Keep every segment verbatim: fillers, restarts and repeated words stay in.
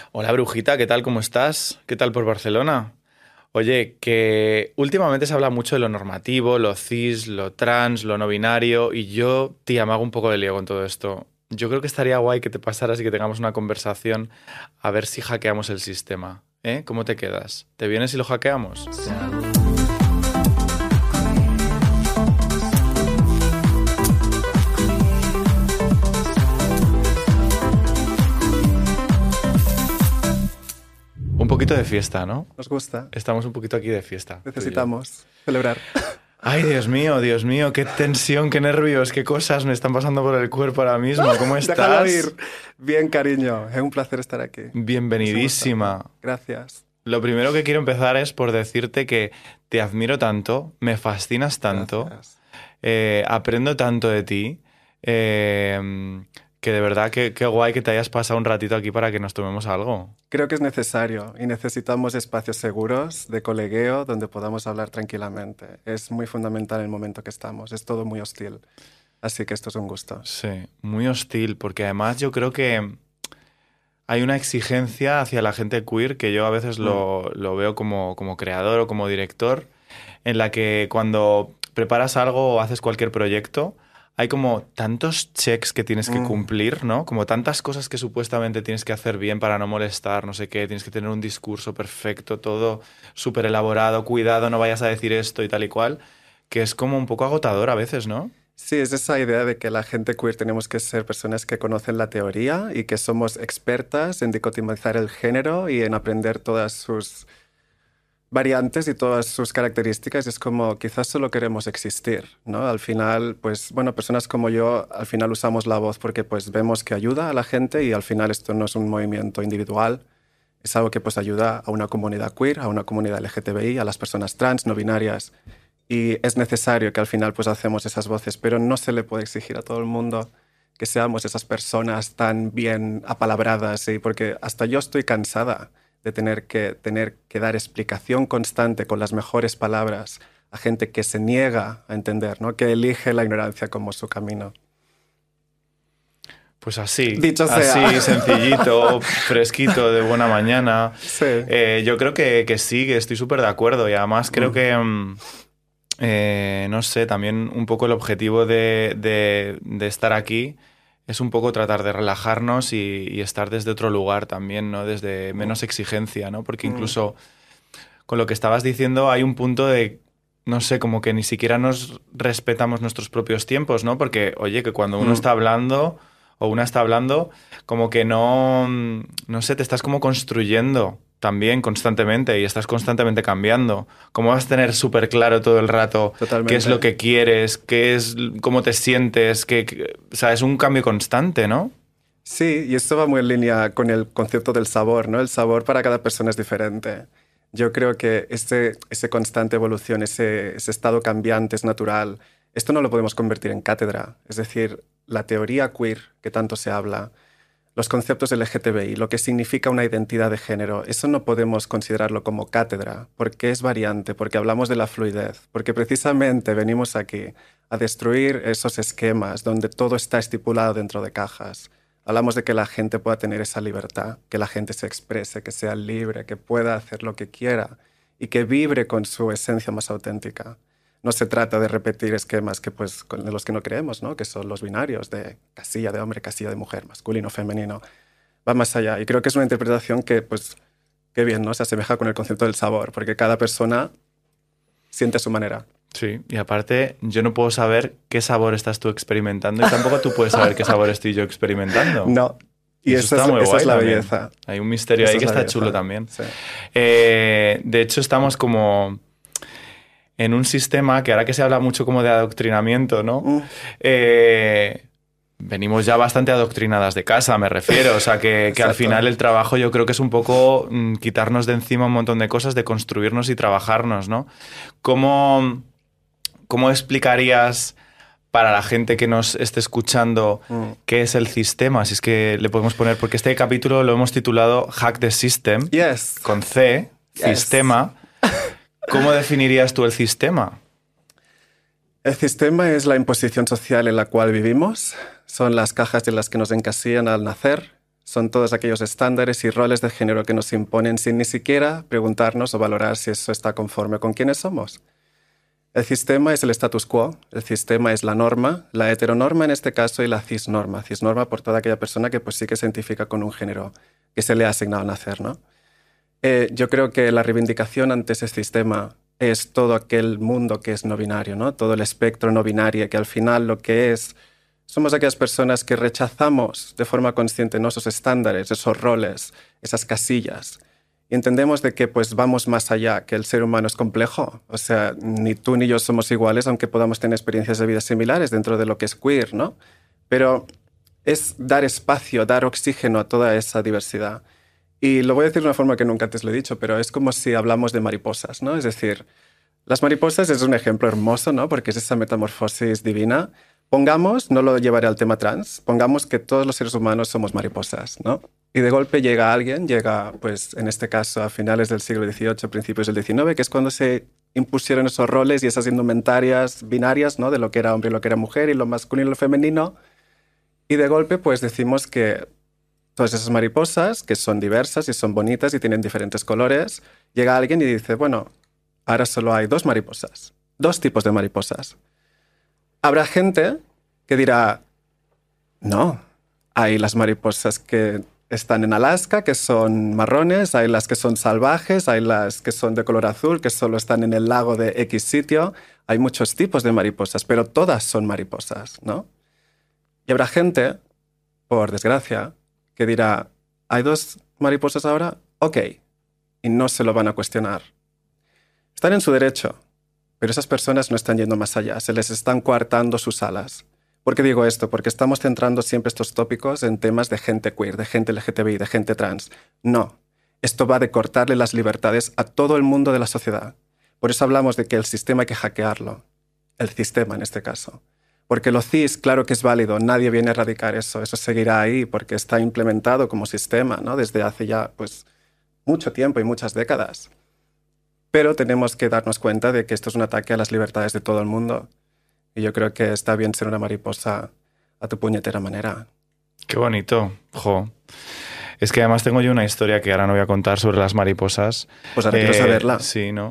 Hola Brujita, ¿qué tal? ¿Cómo estás? ¿Qué tal por Barcelona? Oye, que últimamente se habla mucho de lo normativo, lo cis, lo trans, lo no binario, y yo, tía, me hago un poco de lío con todo esto. Yo creo que estaría guay que te pasaras y que tengamos una conversación a ver si hackeamos el sistema. ¿Eh? ¿Cómo te quedas? ¿Te vienes si lo hackeamos? Un poquito de fiesta, ¿no? Nos gusta. Estamos un poquito aquí de fiesta. tú y yo. Necesitamos celebrar. Ay, Dios mío, Dios mío, qué tensión, qué nervios, qué cosas me están pasando por el cuerpo ahora mismo. ¿Cómo Déjalo estás? ir. Bien, cariño. Es un placer estar aquí. Bienvenidísima. Gracias. Lo primero que quiero empezar es por decirte que te admiro tanto, me fascinas tanto, Gracias. eh, aprendo tanto de ti, eh, que de verdad que, qué guay que te hayas pasado un ratito aquí para que nos tomemos algo. Creo que es necesario y necesitamos espacios seguros de colegueo donde podamos hablar tranquilamente. Es muy fundamental el momento que estamos. Es todo muy hostil. Así que esto es un gusto. Sí, muy hostil, porque además yo creo que hay una exigencia hacia la gente queer que yo a veces lo, lo veo como, como creador o como director, en la que cuando preparas algo o haces cualquier proyecto, hay como tantos checks que tienes que Mm. cumplir, ¿no? Como tantas cosas que supuestamente tienes que hacer bien para no molestar, no sé qué, tienes que tener un discurso perfecto, todo súper elaborado, cuidado, no vayas a decir esto y tal y cual, que es como un poco agotador a veces, ¿no? Sí, es esa idea de que la gente queer tenemos que ser personas que conocen la teoría y que somos expertas en dicotomizar el género y en aprender todas sus variantes y todas sus características. Es como quizás solo queremos existir, ¿no? Al final, pues bueno, personas como yo al final usamos la voz porque pues vemos que ayuda a la gente y al final esto no es un movimiento individual, es algo que pues ayuda a una comunidad queer, a una comunidad L G T B I, a las personas trans, no binarias. Y es necesario que al final pues hacemos esas voces, pero no se le puede exigir a todo el mundo que seamos esas personas tan bien apalabradas, ¿sí? Porque hasta yo estoy cansada de tener que, tener que dar explicación constante con las mejores palabras a gente que se niega a entender, ¿no? Que elige la ignorancia como su camino. Pues así, Dicho sea. así, sencillito, fresquito, de buena mañana. Sí. Eh, yo creo que, que sí, que estoy súper de acuerdo y además creo Mm. que, mm, eh, no sé, también un poco el objetivo de, de- de estar aquí es un poco tratar de relajarnos y, y estar desde otro lugar también, ¿no? Desde menos exigencia, ¿no? Porque Mm. incluso con lo que estabas diciendo hay un punto de, no sé, como que ni siquiera nos respetamos nuestros propios tiempos, ¿no? Porque, oye, que cuando uno Mm. está hablando o una está hablando, como que no, mm, no sé, te estás como construyendo también constantemente y estás constantemente cambiando. ¿Cómo vas a tener súper claro todo el rato Totalmente. qué es lo que quieres, qué es, cómo te sientes? Qué, qué- o sea, es un cambio constante, ¿no? Sí, y esto va muy en línea con el concepto del sabor, ¿no? El sabor para cada persona es diferente. Yo creo que ese, ese constante evolución, ese, ese estado cambiante es natural. Esto no lo podemos convertir en cátedra. Es decir, la teoría queer que tanto se habla, los conceptos L G T B I, lo que significa una identidad de género, eso no podemos considerarlo como cátedra, porque es variante, porque hablamos de la fluidez, porque precisamente venimos aquí a destruir esos esquemas donde todo está estipulado dentro de cajas. Hablamos de que la gente pueda tener esa libertad, que la gente se exprese, que sea libre, que pueda hacer lo que quiera y que vibre con su esencia más auténtica. No se trata de repetir esquemas que, pues, con de los que no creemos, ¿no? Que son los binarios de casilla de hombre, casilla de mujer, masculino, femenino. Va más allá. Y creo que es una interpretación que, pues, qué bien, ¿no? Se asemeja con el concepto del sabor, porque cada persona siente a su manera. Sí, y aparte yo no puedo saber qué sabor estás tú experimentando y tampoco tú puedes saber qué sabor estoy yo experimentando. No. Y, Y eso, eso está es, muy esa guay es la también. belleza. Hay un misterio Esa ahí es que la está belleza. chulo también. Sí. Eh, de hecho, estamos como en un sistema que ahora que se habla mucho como de adoctrinamiento, ¿no? Mm. Eh, venimos ya bastante adoctrinadas de casa, me refiero. O sea, que, que al Exacto. final el trabajo yo creo que es un poco mm, quitarnos de encima un montón de cosas, de construirnos y trabajarnos, ¿no? ¿Cómo, cómo explicarías para la gente que nos esté escuchando Mm. qué es el sistema? Si es que le podemos poner, porque este capítulo lo hemos titulado Hack the System, Yes. con C, Yes. sistema. ¿Cómo definirías tú el sistema? El sistema es la imposición social en la cual vivimos. Son las cajas en las que nos encasillan al nacer. son todos aquellos estándares y roles de género que nos imponen sin ni siquiera preguntarnos o valorar si eso está conforme con quiénes somos. El sistema es el status quo, el sistema es la norma, la heteronorma en este caso y la cisnorma. Cisnorma por toda aquella persona que pues sí que se identifica con un género que se le ha asignado al nacer, ¿no? Eh, yo creo que la reivindicación ante ese sistema es todo aquel mundo que es no binario, ¿no? Todo el espectro no binario, que al final lo que es... Somos aquellas personas que rechazamos de forma consciente, ¿no?, esos estándares, esos roles, esas casillas. Y entendemos de que pues, vamos más allá, que el ser humano es complejo. O sea, ni tú ni yo somos iguales, aunque podamos tener experiencias de vida similares dentro de lo que es queer, ¿no? Pero es dar espacio, dar oxígeno a toda esa diversidad. Y lo voy a decir de una forma que nunca antes lo he dicho, pero es como si hablamos de mariposas, ¿no? Es decir, las mariposas es un ejemplo hermoso, ¿no? Porque es esa metamorfosis divina. Pongamos, no lo llevaré al tema trans, pongamos que todos los seres humanos somos mariposas, ¿no? Y de golpe llega alguien, llega, pues en este caso, a finales del siglo dieciocho, principios del diecinueve, que es cuando se impusieron esos roles y esas indumentarias binarias, ¿no?, de lo que era hombre y lo que era mujer, y lo masculino y lo femenino. Y de golpe, pues decimos que todas esas mariposas, que son diversas y son bonitas y tienen diferentes colores, llega alguien y dice, bueno, ahora solo hay dos mariposas, dos tipos de mariposas. Habrá gente que dirá, no, hay las mariposas que están en Alaska, que son marrones, hay las que son salvajes, hay las que son de color azul, que solo están en el lago de X sitio. Hay muchos tipos de mariposas, pero todas son mariposas, ¿no? Y habrá gente, por desgracia, que dirá, ¿hay dos mariposas ahora? Ok, y no se lo van a cuestionar. Están en su derecho. Pero esas personas no están yendo más allá, se les están coartando sus alas. ¿Por qué digo esto? Porque estamos centrando siempre estos tópicos en temas de gente queer, de gente L G T B I, de gente trans. No, esto va de cortarle las libertades a todo el mundo de la sociedad. Por eso hablamos de que el sistema hay que hackearlo, el sistema en este caso. Porque lo cis, claro que es válido, nadie viene a erradicar eso, eso seguirá ahí porque está implementado como sistema, ¿no?, desde hace ya pues, mucho tiempo y muchas décadas. Pero tenemos que darnos cuenta de que esto es un ataque a las libertades de todo el mundo. Y yo creo que está bien ser una mariposa a tu puñetera manera. Qué bonito, jo. Es que además tengo yo una historia que ahora no voy a contar sobre las mariposas. Pues ahora eh, quiero saberla. Sí, ¿no?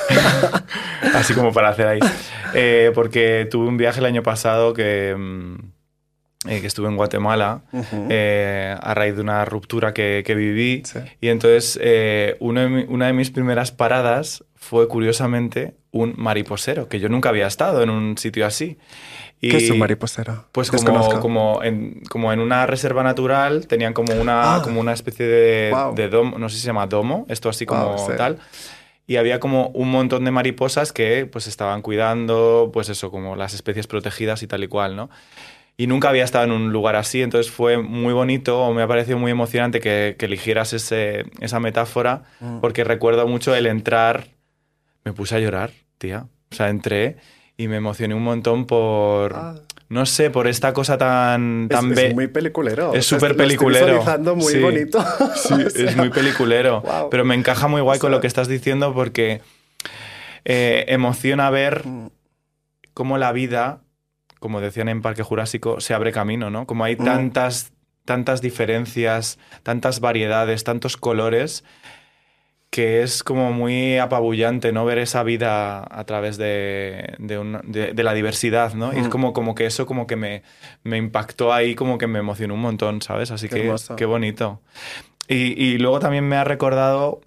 Así como para hacer ahí. Eh, porque tuve un viaje el año pasado que... Eh, que estuve en Guatemala uh-huh. eh, a raíz de una ruptura que, que viví. Sí. Y entonces eh, uno de mi, una de mis primeras paradas fue, curiosamente, un mariposero, que yo nunca había estado en un sitio así. Y, ¿qué es un mariposero? Pues como, como, en, como en una reserva natural tenían como una, ah. como una especie de, wow. de domo, no sé si se llama domo, esto así como wow, sí. tal. Y había como un montón de mariposas que pues estaban cuidando, pues eso, como las especies protegidas y tal y cual, ¿no? Y nunca había estado en un lugar así, entonces fue muy bonito, o me ha parecido muy emocionante que, que eligieras ese, esa metáfora, mm. porque recuerdo mucho el entrar, me puse a llorar, tía. O sea, entré y me emocioné un montón por, ah. no sé, por esta cosa tan... tan es, es muy peliculero. Es súper peliculero. Lo estoy visualizando muy sí, bonito. Sí, o sea, es muy peliculero. Wow. Pero me encaja muy guay o sea, con lo que estás diciendo porque eh, emociona ver mm. cómo la vida... como decían en Parque Jurásico, se abre camino, ¿no? Como hay mm. tantas, tantas diferencias, tantas variedades, tantos colores, que es como muy apabullante, ¿no? Ver esa vida a través de, de, una, de, de la diversidad, ¿no? Mm. Y es como, como que eso como que me, me impactó ahí, como que me emocionó un montón, ¿sabes? Así qué que hermoso. Qué bonito. Y, y luego también me ha recordado...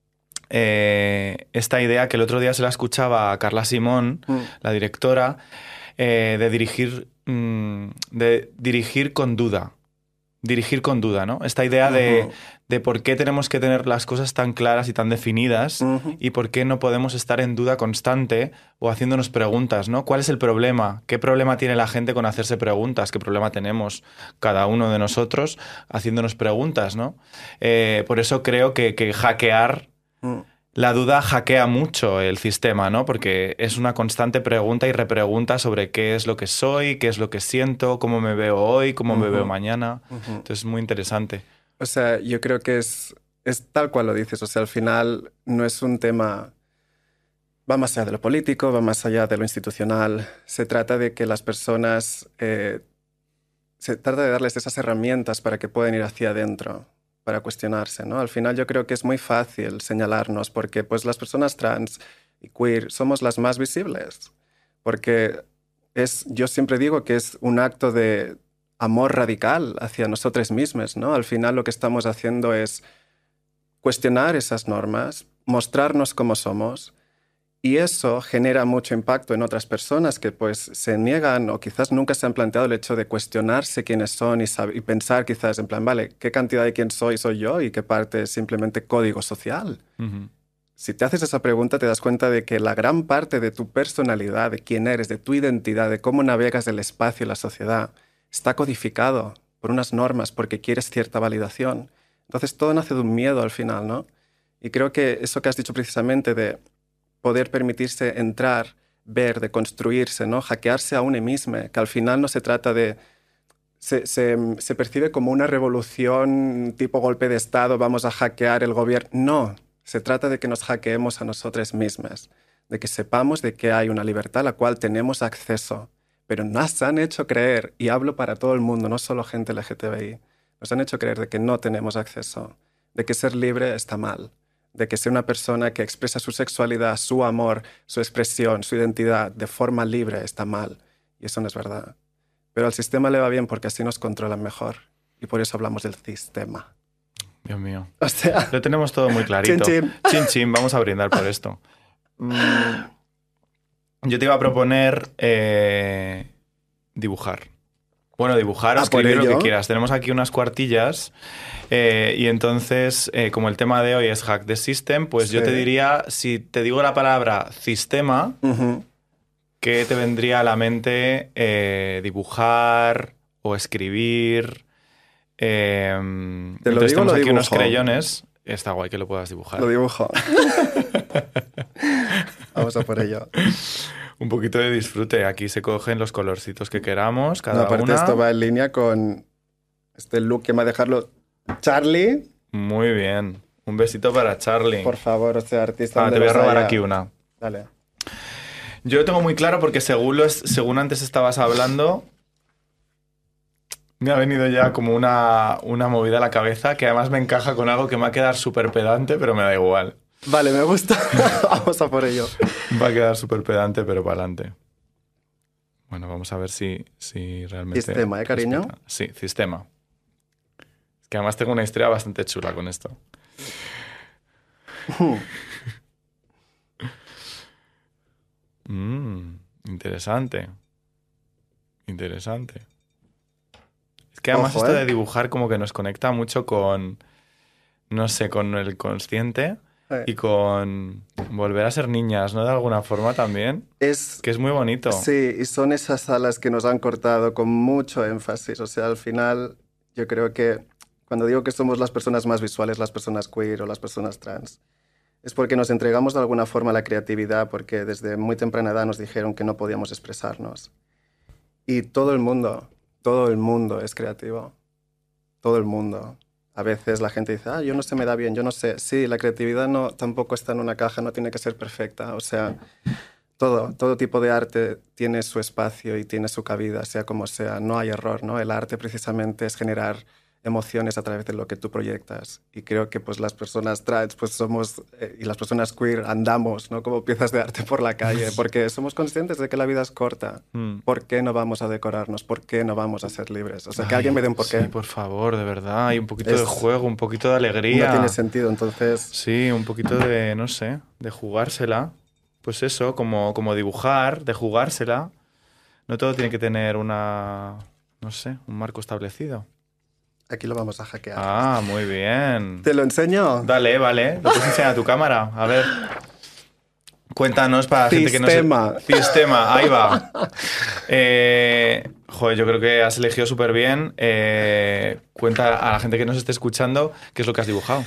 Eh, esta idea que el otro día se la escuchaba a Carla Simón, mm. la directora, Eh, de dirigir mmm, de dirigir con duda. Dirigir con duda, ¿no? Esta idea uh-huh. de, de por qué tenemos que tener las cosas tan claras y tan definidas uh-huh. y por qué no podemos estar en duda constante o haciéndonos preguntas, ¿no? ¿Cuál es el problema? ¿Qué problema tiene la gente con hacerse preguntas? ¿Qué problema tenemos cada uno de nosotros haciéndonos preguntas, ¿no? Eh, por eso creo que, que hackear... Uh-huh. La duda hackea mucho el sistema, ¿no? Porque es una constante pregunta y repregunta sobre qué es lo que soy, qué es lo que siento, cómo me veo hoy, cómo uh-huh. me veo mañana. Uh-huh. Entonces es muy interesante. O sea, yo creo que es, es tal cual lo dices. O sea, al final no es un tema... Va más allá de lo político, va más allá de lo institucional. Se trata de que las personas eh, se trata de darles esas herramientas para que puedan ir hacia adentro, para cuestionarse, ¿no? Al final yo creo que es muy fácil señalarnos porque pues, las personas trans y queer somos las más visibles. Porque es, yo siempre digo que es un acto de amor radical hacia nosotros mismos, ¿no? Al final lo que estamos haciendo es cuestionar esas normas, mostrarnos cómo somos, y eso genera mucho impacto en otras personas que pues se niegan o quizás nunca se han planteado el hecho de cuestionarse quiénes son y, y pensar quizás en plan, vale, ¿qué cantidad de quién soy soy yo y qué parte es simplemente código social? Uh-huh. Si te haces esa pregunta te das cuenta de que la gran parte de tu personalidad, de quién eres, de tu identidad, de cómo navegas el espacio y la sociedad, está codificado por unas normas porque quieres cierta validación. Entonces todo nace de un miedo al final, ¿no? Y creo que eso que has dicho precisamente de poder permitirse entrar, ver, de construirse, ¿no? Hackearse a uno mismo, que al final no se trata de... Se, se, se percibe como una revolución tipo golpe de Estado, vamos a hackear el gobierno. No, se trata de que nos hackeemos a nosotros mismos, de que sepamos de que hay una libertad a la cual tenemos acceso, pero nos han hecho creer, y hablo para todo el mundo, no solo gente L G T B I, nos han hecho creer de que no tenemos acceso, de que ser libre está mal, de que ser una persona que expresa su sexualidad, su amor, su expresión, su identidad de forma libre está mal. Y eso no es verdad. Pero al sistema le va bien porque así nos controlan mejor. Y por eso hablamos del sistema. Dios mío. O sea... Lo tenemos todo muy clarito. Chin, chin. Chin, chin. Vamos a brindar por esto. Mm, yo te iba a proponer eh, dibujar. Bueno, dibujar o escribir lo que quieras. Tenemos aquí unas cuartillas eh, y entonces, eh, como el tema de hoy es Hack the System, pues sí. Yo te diría, si te digo la palabra sistema, uh-huh. ¿qué te vendría a la mente eh, dibujar o escribir? Eh, ¿Te lo entonces digo, tenemos lo aquí dibujo? Unos creyones. Está guay que lo puedas dibujar. Lo dibujo. Vamos a por ello. Un poquito de disfrute. Aquí se cogen los colorcitos que queramos, cada no, aparte una. Esto va en línea con este look que me va a dejarlo Charlie. Muy bien. Un besito para Charlie. Por favor, o sea, artista. Ah, te voy a robar haya. aquí una. Dale. Yo lo tengo muy claro porque según, lo es, según antes estabas hablando, me ha venido ya como una, una movida a la cabeza que además me encaja con algo que me va a quedar súper pedante, pero me da igual. Vale, me gusta. Vamos a por ello. Va a quedar súper pedante, pero para adelante. Bueno, vamos a ver si, si realmente... Sistema, ¿eh, cariño? Respeta. Sí, sistema. Es que además tengo una historia bastante chula con esto. mm, interesante. Interesante. Es que además Ojo, esto ¿eh? de dibujar como que nos conecta mucho con... No sé, con el consciente... Y con volver a ser niñas, ¿no? De alguna forma también. Es, que es muy bonito. Sí, y son esas alas que nos han cortado con mucho énfasis. O sea, al final yo creo que cuando digo que somos las personas más visuales, las personas queer o las personas trans, es porque nos entregamos de alguna forma a la creatividad, porque desde muy temprana edad nos dijeron que no podíamos expresarnos. Y todo el mundo, todo el mundo es creativo. Todo el mundo. A veces la gente dice, ah, yo no se me da bien, yo no sé. Sí, la creatividad no, tampoco está en una caja, no tiene que ser perfecta. O sea, todo, todo tipo de arte tiene su espacio y tiene su cabida, sea como sea. No hay error, ¿no? El arte precisamente es generar emociones a través de lo que tú proyectas. Y creo que pues, las personas trans pues, somos, eh, y las personas queer andamos, ¿no? Como piezas de arte por la calle, porque somos conscientes de que la vida es corta. Mm. ¿Por qué no vamos a decorarnos? ¿Por qué no vamos a ser libres? O sea, que Ay, alguien me dé un porqué. Sí, por favor, de verdad. Hay un poquito es, de juego, un poquito de alegría. No tiene sentido, entonces... Sí, un poquito de, no sé, de jugársela. Pues eso, como, como dibujar, de jugársela. No todo tiene que tener una, no sé, un marco establecido. Aquí lo vamos a hackear. Ah, muy bien. ¿Te lo enseño? Dale, vale. Lo puedes enseñar a tu cámara. A ver. Cuéntanos para la gente que no se... Sistema. Sistema, ahí va. Eh, joder, yo creo que has elegido súper bien. Eh, cuenta a la gente que nos esté escuchando qué es lo que has dibujado.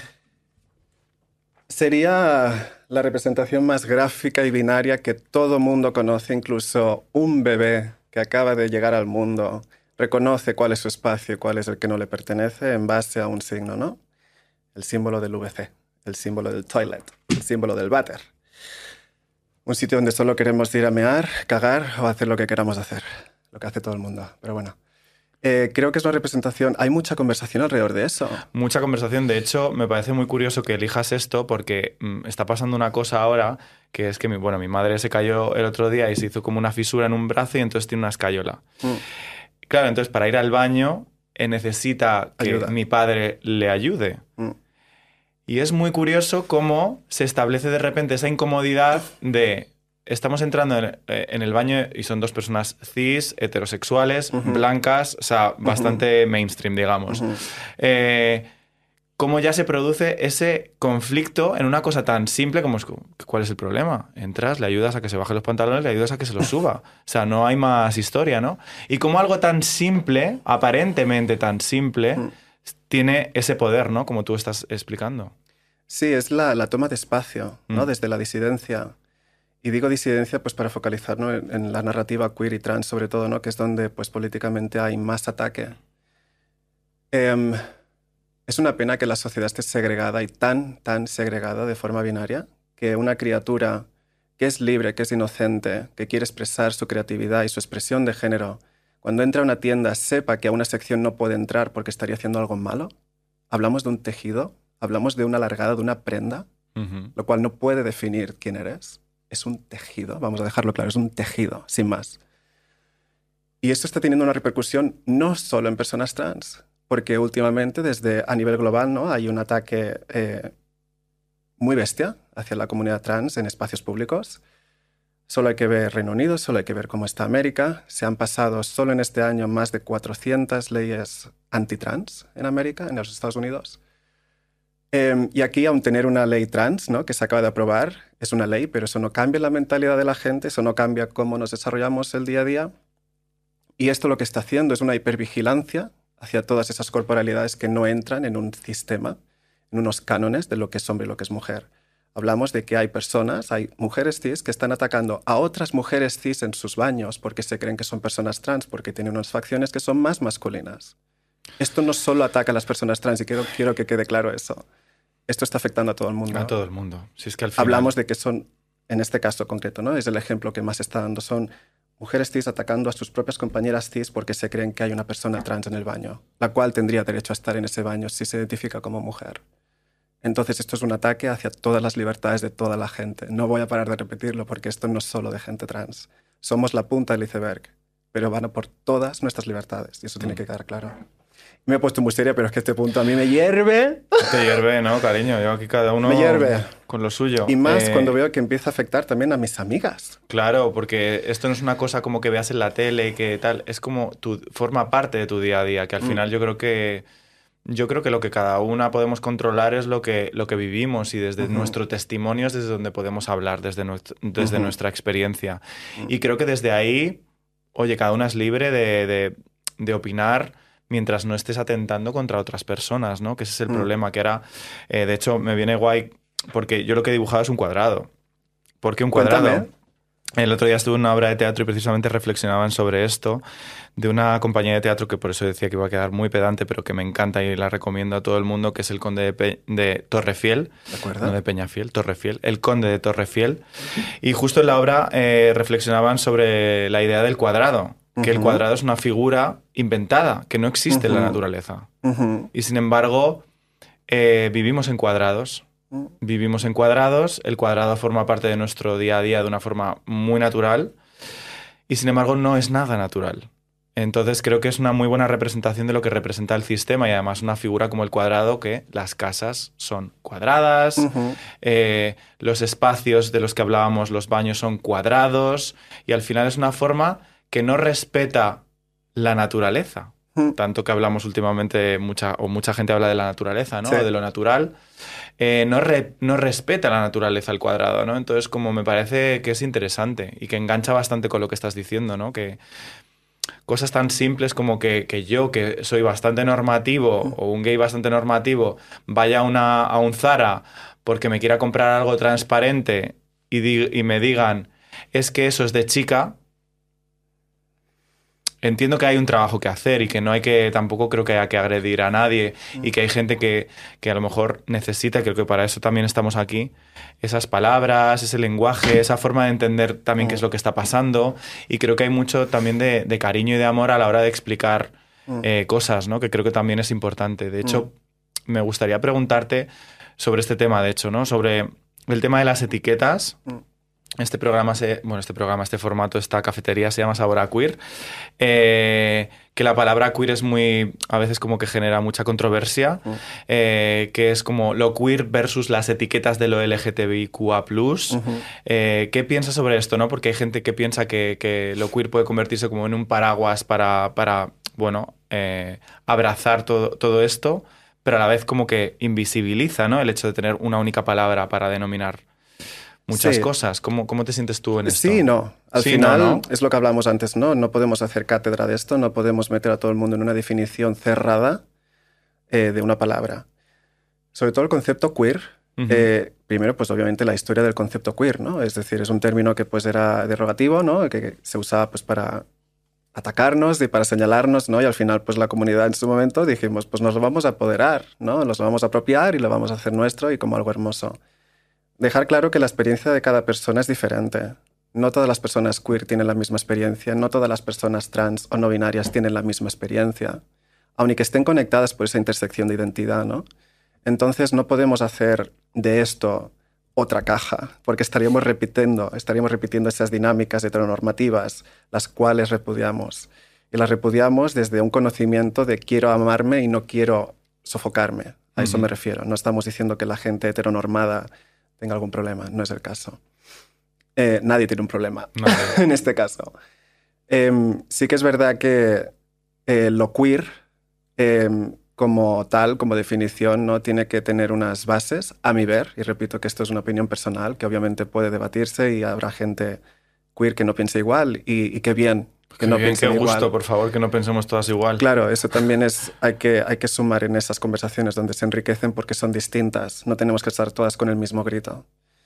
Sería la representación más gráfica y binaria que todo mundo conoce, incluso un bebé que acaba de llegar al mundo. Reconoce cuál es su espacio y cuál es el que no le pertenece en base a un signo, ¿no? El símbolo del V C, el símbolo del toilet, el símbolo del váter. Un sitio donde solo queremos ir a mear, cagar o hacer lo que queramos hacer. Lo que hace todo el mundo. Pero bueno, Eh, creo que es una representación, hay mucha conversación alrededor de eso. Mucha conversación. De hecho, me parece muy curioso que elijas esto porque mm, está pasando una cosa ahora que es que mi, bueno, mi madre se cayó el otro día y se hizo como una fisura en un brazo y entonces tiene una escayola. Mm. Claro, entonces para ir al baño eh, necesita que Ayuda. mi padre le ayude. Mm. Y es muy curioso cómo se establece de repente esa incomodidad de... Estamos entrando en, en el baño y son dos personas cis, heterosexuales, uh-huh. blancas, o sea, bastante uh-huh. mainstream, digamos. Uh-huh. Eh, ¿Cómo ya se produce ese conflicto en una cosa tan simple como es, ¿cuál es el problema? Entras, le ayudas a que se baje los pantalones, le ayudas a que se los suba. O sea, no hay más historia, ¿no? Y como algo tan simple, aparentemente tan simple, uh-huh. tiene ese poder, ¿no? Como tú estás explicando. Sí, es la, la toma de espacio, ¿no? Uh-huh. Desde la disidencia. Y digo disidencia pues, para focalizarnos en, en la narrativa queer y trans, sobre todo, ¿no? Que es donde pues, políticamente hay más ataque. Eh, es una pena que la sociedad esté segregada y tan, tan segregada de forma binaria, que una criatura que es libre, que es inocente, que quiere expresar su creatividad y su expresión de género, cuando entra a una tienda sepa que a una sección no puede entrar porque estaría haciendo algo malo. Hablamos de un tejido, hablamos de una alargada, de una prenda, uh-huh. lo cual no puede definir quién eres. Es un tejido, vamos a dejarlo claro, es un tejido, sin más. Y esto está teniendo una repercusión no solo en personas trans, porque últimamente, desde a nivel global, ¿no? hay un ataque eh, muy bestia hacia la comunidad trans en espacios públicos. Solo hay que ver Reino Unido, solo hay que ver cómo está América. Se han pasado solo en este año más de cuatrocientas leyes antitrans en América, en los Estados Unidos. Eh, y aquí, aun tener una ley trans, ¿no? que se acaba de aprobar, es una ley, pero eso no cambia la mentalidad de la gente, eso no cambia cómo nos desarrollamos el día a día. Y esto lo que está haciendo es una hipervigilancia hacia todas esas corporalidades que no entran en un sistema, en unos cánones de lo que es hombre y lo que es mujer. Hablamos de que hay personas, hay mujeres cis que están atacando a otras mujeres cis en sus baños porque se creen que son personas trans, porque tienen unas facciones que son más masculinas. Esto no solo ataca a las personas trans, y quiero, quiero que quede claro eso. Esto está afectando a todo el mundo. A todo el mundo. Si es que al final... Hablamos de que son, en este caso concreto, ¿no? es el ejemplo que más está dando, son mujeres cis atacando a sus propias compañeras cis porque se creen que hay una persona trans en el baño, la cual tendría derecho a estar en ese baño si se identifica como mujer. Entonces esto es un ataque hacia todas las libertades de toda la gente. No voy a parar de repetirlo porque esto no es solo de gente trans. Somos la punta del iceberg, pero van a por todas nuestras libertades y eso mm. tiene que quedar claro. Me he puesto muy seria, pero es que este punto a mí me hierve. Te hierve, ¿no, cariño? Yo aquí cada uno me hierve. Con lo suyo. Y más eh... cuando veo que empieza a afectar también a mis amigas. Claro, porque esto no es una cosa como que veas en la tele y que tal, es como tu, forma parte de tu día a día, que al mm. final yo creo que yo creo que lo que cada una podemos controlar es lo que, lo que vivimos y desde uh-huh. nuestro testimonio es desde donde podemos hablar, desde, nuestro, desde uh-huh. nuestra experiencia. Uh-huh. Y creo que desde ahí, oye, cada una es libre de, de, de opinar mientras no estés atentando contra otras personas, ¿no? Que ese es el mm. problema, que era... Eh, de hecho, me viene guay porque yo lo que he dibujado es un cuadrado. ¿Por qué un cuadrado? Cuéntame. El otro día estuve en una obra de teatro y precisamente reflexionaban sobre esto, de una compañía de teatro que por eso decía que iba a quedar muy pedante, pero que me encanta y la recomiendo a todo el mundo, que es el Conde de, Pe- de Torrefiel. ¿De acuerdo? No de Peñafiel, Torrefiel. El Conde de Torrefiel. Y justo en la obra eh, reflexionaban sobre la idea del cuadrado. Que uh-huh. el cuadrado es una figura inventada, que no existe uh-huh. en la naturaleza. Uh-huh. Y sin embargo, eh, vivimos en cuadrados. Uh-huh. Vivimos en cuadrados, el cuadrado forma parte de nuestro día a día de una forma muy natural y sin embargo no es nada natural. Entonces creo que es una muy buena representación de lo que representa el sistema y además una figura como el cuadrado, que las casas son cuadradas, uh-huh. eh, los espacios de los que hablábamos, los baños son cuadrados y al final es una forma que no respeta la naturaleza. Mm. Tanto que hablamos últimamente, mucha, o mucha gente habla de la naturaleza, ¿no? Sí. O de lo natural. Eh, no, re, no respeta la naturaleza al cuadrado, ¿no? Entonces, como me parece que es interesante y que engancha bastante con lo que estás diciendo, ¿no? Que cosas tan simples como que, que yo, que soy bastante normativo, mm. o un gay bastante normativo, vaya a, una, a un Zara porque me quiera comprar algo transparente y, di, y me digan, es que eso es de chica. Entiendo que hay un trabajo que hacer y que no hay que, tampoco creo que haya que agredir a nadie mm. y que hay gente que, que a lo mejor necesita, creo que para eso también estamos aquí, esas palabras, ese lenguaje, esa forma de entender también mm. qué es lo que está pasando y creo que hay mucho también de, de cariño y de amor a la hora de explicar mm. eh, cosas, ¿no? Que creo que también es importante. De hecho, mm. me gustaría preguntarte sobre este tema, de hecho, ¿no? Sobre el tema de las etiquetas. Mm. Este programa, se, bueno, este programa, este formato, esta cafetería se llama Sabor a Queer, eh, que la palabra queer es muy, a veces como que genera mucha controversia, uh. eh, que es como lo queer versus las etiquetas de lo L G T B I Q A plus. Uh-huh. eh, ¿Qué piensas sobre esto, no? Porque hay gente que piensa que, que lo queer puede convertirse como en un paraguas para, para bueno, eh, abrazar todo, todo esto, pero a la vez como que invisibiliza, ¿no? El hecho de tener una única palabra para denominar muchas sí. cosas. ¿Cómo, ¿Cómo te sientes tú en esto? Sí, no. Al sí, final, no, ¿no? es lo que hablamos antes, ¿no? No podemos hacer cátedra de esto, no podemos meter a todo el mundo en una definición cerrada eh, de una palabra. Sobre todo el concepto queer. Uh-huh. eh, primero, pues obviamente la historia del concepto queer, ¿no? Es decir, es un término que pues era derogativo, ¿no? Que se usaba pues para atacarnos y para señalarnos, ¿no? Y al final, pues la comunidad en su momento dijimos, pues nos lo vamos a apoderar, ¿no? Nos lo vamos a apropiar y lo vamos a hacer nuestro y como algo hermoso. Dejar claro que la experiencia de cada persona es diferente. No todas las personas queer tienen la misma experiencia, no todas las personas trans o no binarias tienen la misma experiencia, aun y que estén conectadas por esa intersección de identidad, ¿no? Entonces no podemos hacer de esto otra caja, porque estaríamos repitiendo, estaríamos repitiendo esas dinámicas heteronormativas, las cuales repudiamos. Y las repudiamos desde un conocimiento de quiero amarme y no quiero sofocarme. A uh-huh. eso me refiero. No estamos diciendo que la gente heteronormada tenga algún problema, no es el caso. Eh, nadie tiene un problema no, no. en este caso. Eh, sí que es verdad que eh, lo queer, eh, como tal, como definición, ¿no? Tiene que tener unas bases, a mi ver, y repito que esto es una opinión personal, que obviamente puede debatirse y habrá gente queer que no piense igual, y, y qué bien que qué no bien, piensen qué gusto, igual. por favor, que no pensemos todas igual. Claro, eso también es, hay que, hay que sumar en esas conversaciones donde se enriquecen porque son distintas. No tenemos que estar todas con el mismo grito.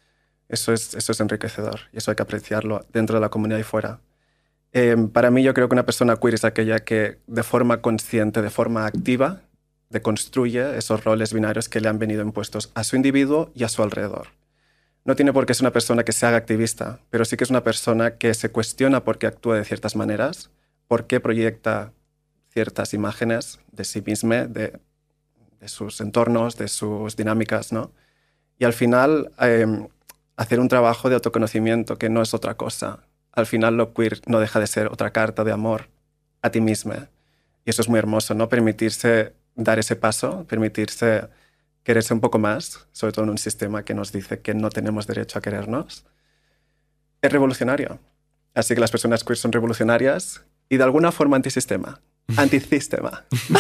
Eso es, eso es enriquecedor y eso hay que apreciarlo dentro de la comunidad y fuera. Eh, para mí yo creo que una persona queer es aquella que de forma consciente, de forma activa, deconstruye esos roles binarios que le han venido impuestos a su individuo y a su alrededor. No tiene por qué ser una persona que se haga activista, pero sí que es una persona que se cuestiona por qué actúa de ciertas maneras, por qué proyecta ciertas imágenes de sí misma, de, de sus entornos, de sus dinámicas, ¿no? Y al final eh, hacer un trabajo de autoconocimiento que no es otra cosa. Al final lo queer no deja de ser otra carta de amor a ti misma. Y eso es muy hermoso, ¿no? Permitirse dar ese paso, permitirse quererse un poco más, sobre todo en un sistema que nos dice que no tenemos derecho a querernos, es revolucionario. Así que las personas queer son revolucionarias y de alguna forma antisistema. Antisistema.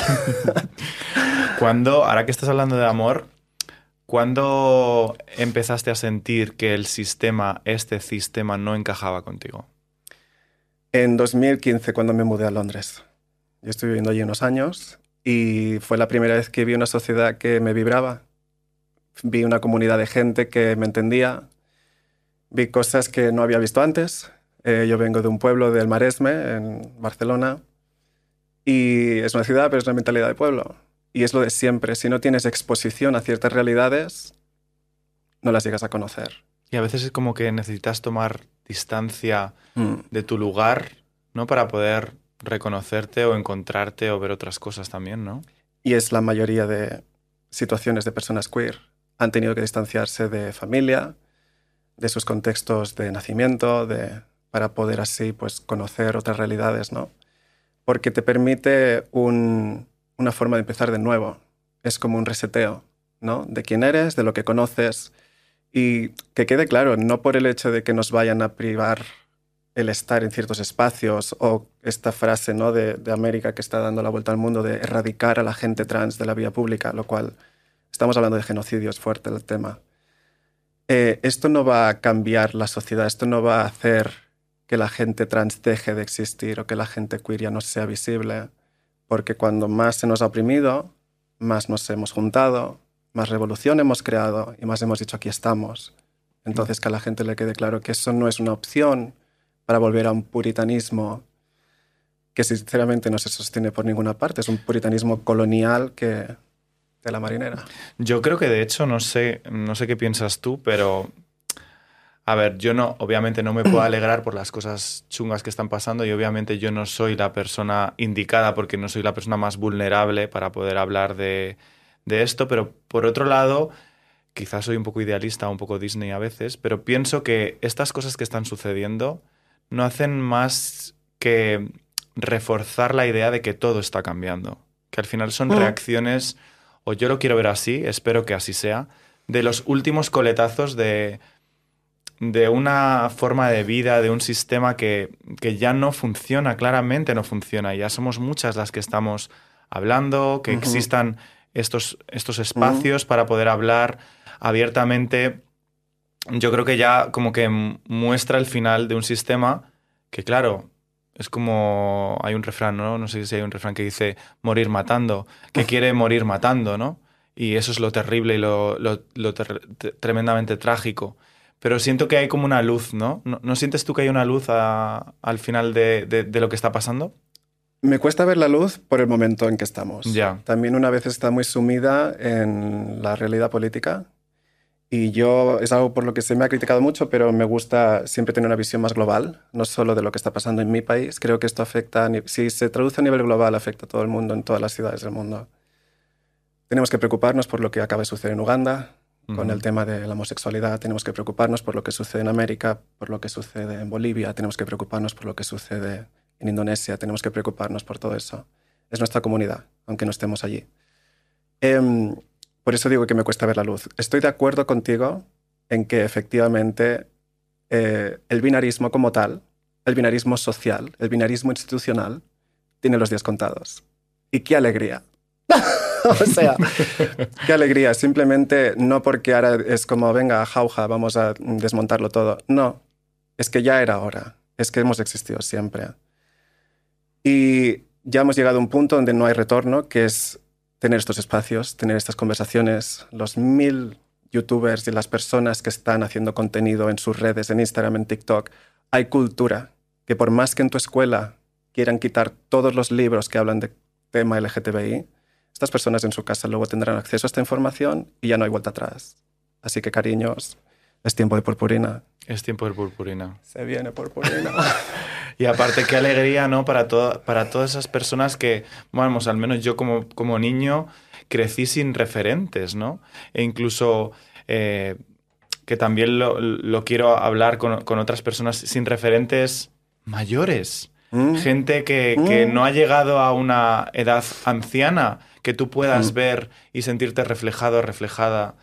Cuando, ahora que estás hablando de amor, ¿cuándo empezaste a sentir que el sistema, este sistema, no encajaba contigo? En dos mil quince, cuando me mudé a Londres. Yo estuve viviendo allí unos años y fue la primera vez que vi una sociedad que me vibraba. Vi una comunidad de gente que me entendía. Vi cosas que no había visto antes. Eh, yo vengo de un pueblo del Maresme, en Barcelona, y es una ciudad, pero es una mentalidad de pueblo. Y es lo de siempre. Si no tienes exposición a ciertas realidades, no las llegas a conocer. Y a veces es como que necesitas tomar distancia mm. de tu lugar, ¿no? Para poder reconocerte o encontrarte o ver otras cosas también, ¿no? Y es la mayoría de situaciones de personas queer. Han tenido que distanciarse de familia, de sus contextos de nacimiento, de, para poder así pues, conocer otras realidades, ¿no? Porque te permite un, una forma de empezar de nuevo. Es como un reseteo, ¿no? De quién eres, de lo que conoces. Y que quede claro, no por el hecho de que nos vayan a privar el estar en ciertos espacios o esta frase, ¿no? de, de América que está dando la vuelta al mundo de erradicar a la gente trans de la vía pública, lo cual estamos hablando de genocidio, es fuerte el tema. Eh, esto no va a cambiar la sociedad, esto no va a hacer que la gente trans deje de existir o que la gente queer ya no sea visible, porque cuando más se nos ha oprimido, más nos hemos juntado, más revolución hemos creado y más hemos dicho aquí estamos. Entonces que a la gente le quede claro que eso no es una opción para volver a un puritanismo que sinceramente no se sostiene por ninguna parte. Es un puritanismo colonial que de la marinera. Yo creo que de hecho, no sé, no sé qué piensas tú, pero A ver, yo no, obviamente no me puedo alegrar por las cosas chungas que están pasando y obviamente yo no soy la persona indicada porque no soy la persona más vulnerable para poder hablar de, de esto, pero por otro lado, quizás soy un poco idealista, un poco Disney a veces, pero pienso que estas cosas que están sucediendo no hacen más que reforzar la idea de que todo está cambiando, que al final son Mm. reacciones, o yo lo quiero ver así, espero que así sea, de los últimos coletazos de de una forma de vida, de un sistema que, que ya no funciona, claramente no funciona. Ya somos muchas las que estamos hablando, que Ujú. existan estos, estos Mm. espacios para poder hablar abiertamente. Yo creo que ya como que m- muestra el final de un sistema que, claro, es como hay un refrán, ¿no? No sé si hay un refrán que dice morir matando, que quiere morir matando, ¿no? Y eso es lo terrible y lo, lo- lo ter- te- tremendamente trágico. Pero siento que hay como una luz, ¿no? ¿No, no sientes tú que hay una luz a- al final de, de- de lo que está pasando? Me cuesta ver la luz por el momento en que estamos. Ya. También una vez está muy sumida en la realidad política y yo es algo por lo que se me ha criticado mucho, pero me gusta siempre tener una visión más global, no solo de lo que está pasando en mi país. Creo que esto afecta, a ni- si se traduce a nivel global, afecta a todo el mundo, en todas las ciudades del mundo. Tenemos que preocuparnos por lo que acaba de suceder en Uganda, con Ujú. el tema de la homosexualidad. Tenemos que preocuparnos por lo que sucede en América, por lo que sucede en Bolivia. Tenemos que preocuparnos por lo que sucede en Indonesia. Tenemos que preocuparnos por todo eso. Es nuestra comunidad, aunque no estemos allí. Em, por eso digo que me cuesta ver la luz. Estoy de acuerdo contigo en que efectivamente eh, el binarismo como tal, el binarismo social, el binarismo institucional, tiene los días contados. Y qué alegría. O sea, qué alegría. Simplemente no porque ahora es como, venga, jauja, vamos a desmontarlo todo. No, es que ya era hora. Es que hemos existido siempre. Y ya hemos llegado a un punto donde no hay retorno, que es tener estos espacios, tener estas conversaciones. Los mil youtubers y las personas que están haciendo contenido en sus redes, en Instagram, en TikTok, hay cultura que por más que en tu escuela quieran quitar todos los libros que hablan de tema L G T B I, estas personas en su casa luego tendrán acceso a esta información y ya no hay vuelta atrás. Así que, cariños, es tiempo de purpurina. Es tiempo de purpurina. Se viene purpurina. Y aparte, qué alegría, ¿no? Para, to- para todas esas personas que, vamos, al menos yo como, como niño crecí sin referentes, ¿no? E incluso eh, que también lo, lo quiero hablar con, con otras personas sin referentes mayores. Mm, Gente que, que mm, no ha llegado a una edad anciana, que tú puedas mm. ver y sentirte reflejado, reflejada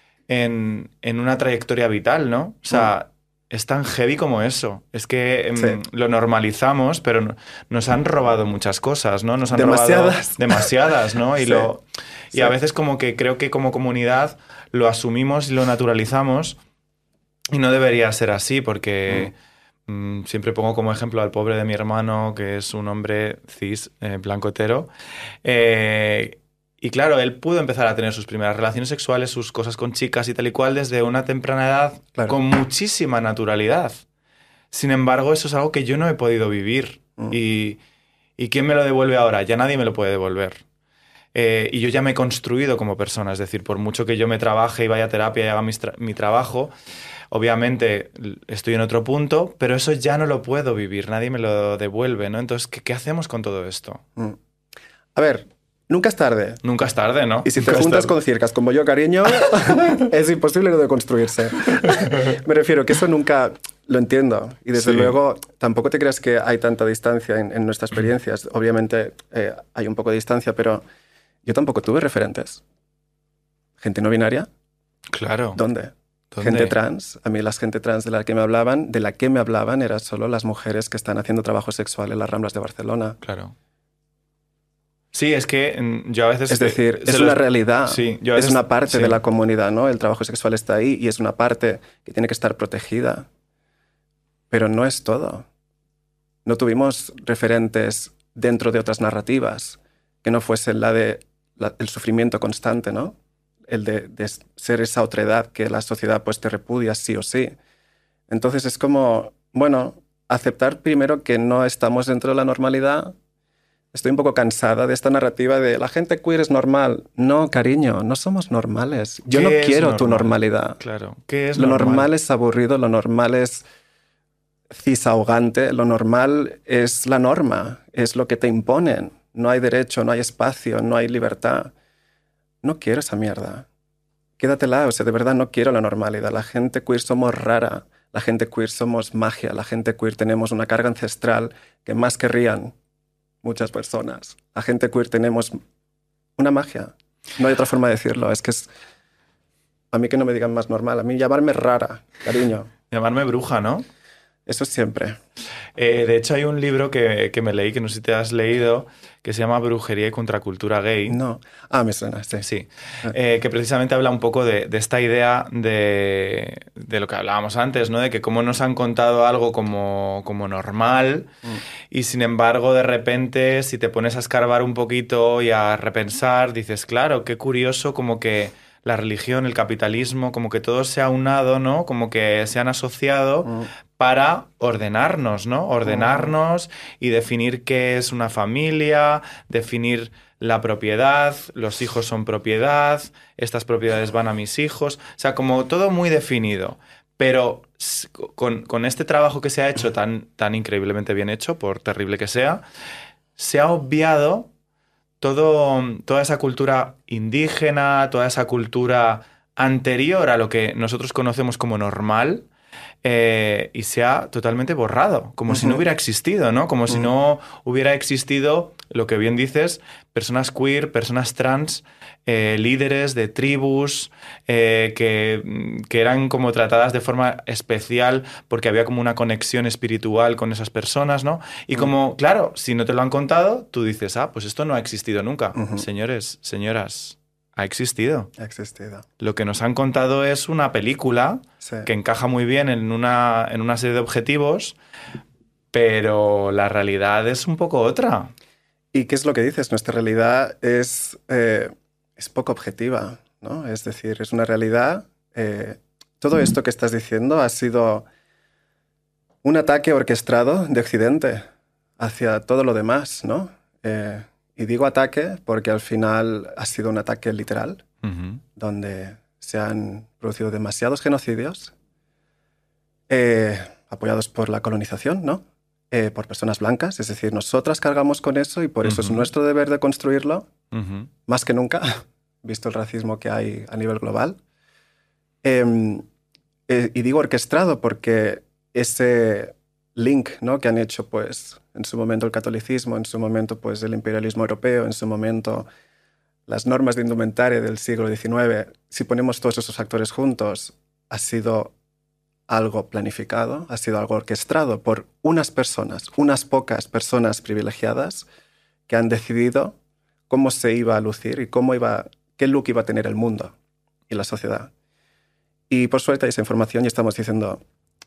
en, en una trayectoria vital, ¿no? O sea, es tan heavy como eso. Es que Sí. em, lo normalizamos, pero no- nos han robado muchas cosas, ¿no? Nos han Demasiadas. robado demasiadas, ¿no? Y, Sí. lo, y a Sí. veces como que creo que como comunidad lo asumimos y lo naturalizamos y no debería ser así porque... mm, siempre pongo como ejemplo al pobre de mi hermano, que es un hombre cis, eh, blanco hetero. Eh, y claro, él pudo empezar a tener sus primeras relaciones sexuales, sus cosas con chicas y tal y cual desde una temprana edad Claro. con muchísima naturalidad. Sin embargo, eso es algo que yo no he podido vivir. Mm. Y, ¿y quién me lo devuelve ahora? Ya nadie me lo puede devolver. Eh, y yo ya me he construido como persona, es decir, por mucho que yo me trabaje y vaya a terapia y haga mis tra- mi trabajo, obviamente l- estoy en otro punto, pero eso ya no lo puedo vivir, nadie me lo devuelve, ¿no? Entonces, ¿qué, qué hacemos con todo esto? Mm. A ver, nunca es tarde. Nunca es tarde, ¿no? Y si te Nunca es juntas tarde. con circas como yo, cariño, es imposible no deconstruirse. Me refiero que eso nunca lo entiendo. Y desde Sí. luego, tampoco te creas que hay tanta distancia en, en nuestras experiencias. Obviamente eh, hay un poco de distancia, pero yo tampoco tuve referentes. Gente no binaria, Claro. ¿dónde? ¿Dónde? Gente trans. A mí las gente trans de la que me hablaban, de la que me hablaban, eran solo las mujeres que están haciendo trabajo sexual en las Ramblas de Barcelona. Claro. Sí, es que mm, yo a veces... Es decir, se es los- una realidad, Sí, yo a es veces- una parte sí. de la comunidad, ¿no? El trabajo sexual está ahí y es una parte que tiene que estar protegida. Pero no es todo. No tuvimos referentes dentro de otras narrativas que no fuesen la de la- el sufrimiento constante, ¿no? El de, de ser esa otredad que la sociedad pues te repudia sí o sí. Entonces es como, bueno, aceptar primero que no estamos dentro de la normalidad, Estoy un poco cansada de esta narrativa de la gente queer es normal. No, cariño, no somos normales. Yo no quiero normal? tu normalidad. Claro. ¿Qué es lo normal? normal es aburrido, lo normal es cisahogante, lo normal es la norma, es lo que te imponen. No hay derecho, no hay espacio, no hay libertad. No quiero esa mierda. Quédatela, o sea, de verdad no quiero la normalidad. La gente queer somos rara, la gente queer somos magia, la gente queer tenemos una carga ancestral que más querrían muchas personas. La gente queer tenemos una magia. No hay otra forma de decirlo. Es que es... A mí que no me digan más normal. A mí llamarme rara, cariño. Llamarme bruja, ¿no? Eso siempre. Eh, de hecho, hay un libro que, que me leí, que no sé si te has leído, que se llama Brujería y Contracultura Gay. No. Ah, me suena, sí. Sí. Eh, que precisamente habla un poco de, de esta idea de, de lo que hablábamos antes, ¿no? De que cómo nos han contado algo como, como normal mm. y, sin embargo, de repente, si te pones a escarbar un poquito y a repensar, dices, claro, qué curioso como que la religión, el capitalismo, como que todo se ha unado, ¿no? Como que se han asociado mm. para ordenarnos, ¿no? Ordenarnos mm. y definir qué es una familia, definir la propiedad, los hijos son propiedad, estas propiedades van a mis hijos, o sea, como todo muy definido. Pero con, con este trabajo que se ha hecho tan, tan increíblemente bien hecho, por terrible que sea, se ha obviado todo, toda esa cultura indígena, toda esa cultura anterior a lo que nosotros conocemos como normal, eh, y se ha totalmente borrado, como uh-huh. si no hubiera existido, ¿no? Como uh-huh. si no hubiera existido, lo que bien dices, personas queer, personas trans, eh, líderes de tribus, eh, que, que eran como tratadas de forma especial porque había como una conexión espiritual con esas personas, ¿no? Y uh-huh. como, claro, si no te lo han contado, tú dices, ah, pues esto no ha existido nunca. Uh-huh. Señores, señoras, ha existido. Ha existido. Lo que nos han contado es una película sí. que encaja muy bien en una, en una serie de objetivos, pero la realidad es un poco otra. ¿Y qué es lo que dices? Nuestra realidad es, eh, es poco objetiva, ¿no? Es decir, es una realidad... Eh, todo esto que estás diciendo ha sido un ataque orquestado de Occidente hacia todo lo demás, ¿no? Eh, Y digo ataque porque al final ha sido un ataque literal, uh-huh. donde se han producido demasiados genocidios eh, apoyados por la colonización, ¿no? Eh, por personas blancas, es decir, nosotras cargamos con eso y por eso uh-huh. es nuestro deber de construirlo, uh-huh. más que nunca, visto el racismo que hay a nivel global. Eh, eh, y digo orquestado porque ese link, ¿no? que han hecho, pues, en su momento el catolicismo, en su momento pues, el imperialismo europeo, en su momento las normas de indumentaria del siglo diecinueve, si ponemos todos esos actores juntos, ha sido algo planificado, ha sido algo orquestado por unas personas, unas pocas personas privilegiadas que han decidido cómo se iba a lucir y cómo iba, qué look iba a tener el mundo y la sociedad. Y por suerte hay esa información y estamos diciendo,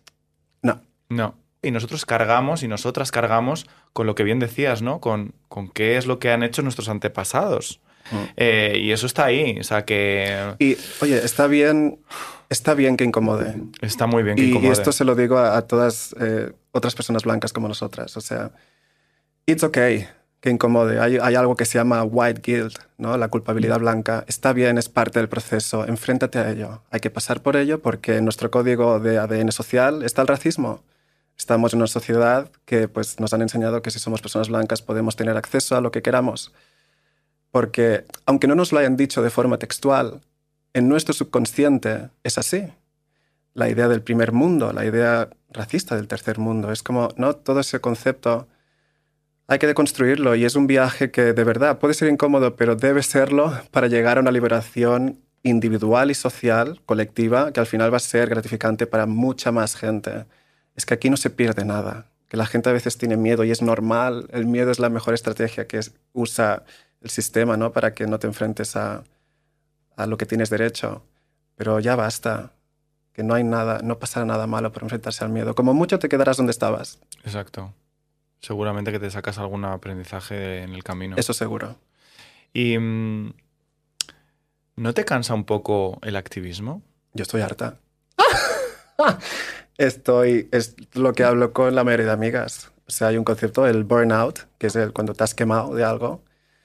no. No. Y nosotros cargamos y nosotras cargamos con lo que bien decías, ¿no? Con, con qué es lo que han hecho nuestros antepasados. Mm. Eh, y eso está ahí, o sea que... Y, oye, está bien, está bien que incomode. Está muy bien que y, incomode. Y esto se lo digo a, a todas eh, otras personas blancas como nosotras. O sea, it's okay que incomode. Hay, hay algo que se llama white guilt, ¿no? La culpabilidad mm. blanca. Está bien, es parte del proceso. Enfréntate a ello. Hay que pasar por ello porque en nuestro código de A D N social está el racismo. Estamos en una sociedad que pues, nos han enseñado que si somos personas blancas podemos tener acceso a lo que queramos. Porque, aunque no nos lo hayan dicho de forma textual, en nuestro subconsciente es así. La idea del primer mundo, la idea racista del tercer mundo, es como, ¿no? Todo ese concepto hay que deconstruirlo y es un viaje que de verdad puede ser incómodo, pero debe serlo para llegar a una liberación individual y social, colectiva, que al final va a ser gratificante para mucha más gente. Es que aquí no se pierde nada, que la gente a veces tiene miedo y es normal. El miedo es la mejor estrategia que es, usa el sistema, ¿no? Para que no te enfrentes a, a lo que tienes derecho. Pero ya basta, que no hay nada, no pasará nada malo por enfrentarse al miedo. Como mucho te quedarás donde estabas. Exacto. Seguramente que te sacas algún aprendizaje en el camino. Eso seguro. ¿Y mmm, no te cansa un poco el activismo? Yo estoy harta. Estoy, es lo que hablo con la mayoría de amigas. O sea, hay un concepto, el burnout, que es el, cuando te has quemado de algo.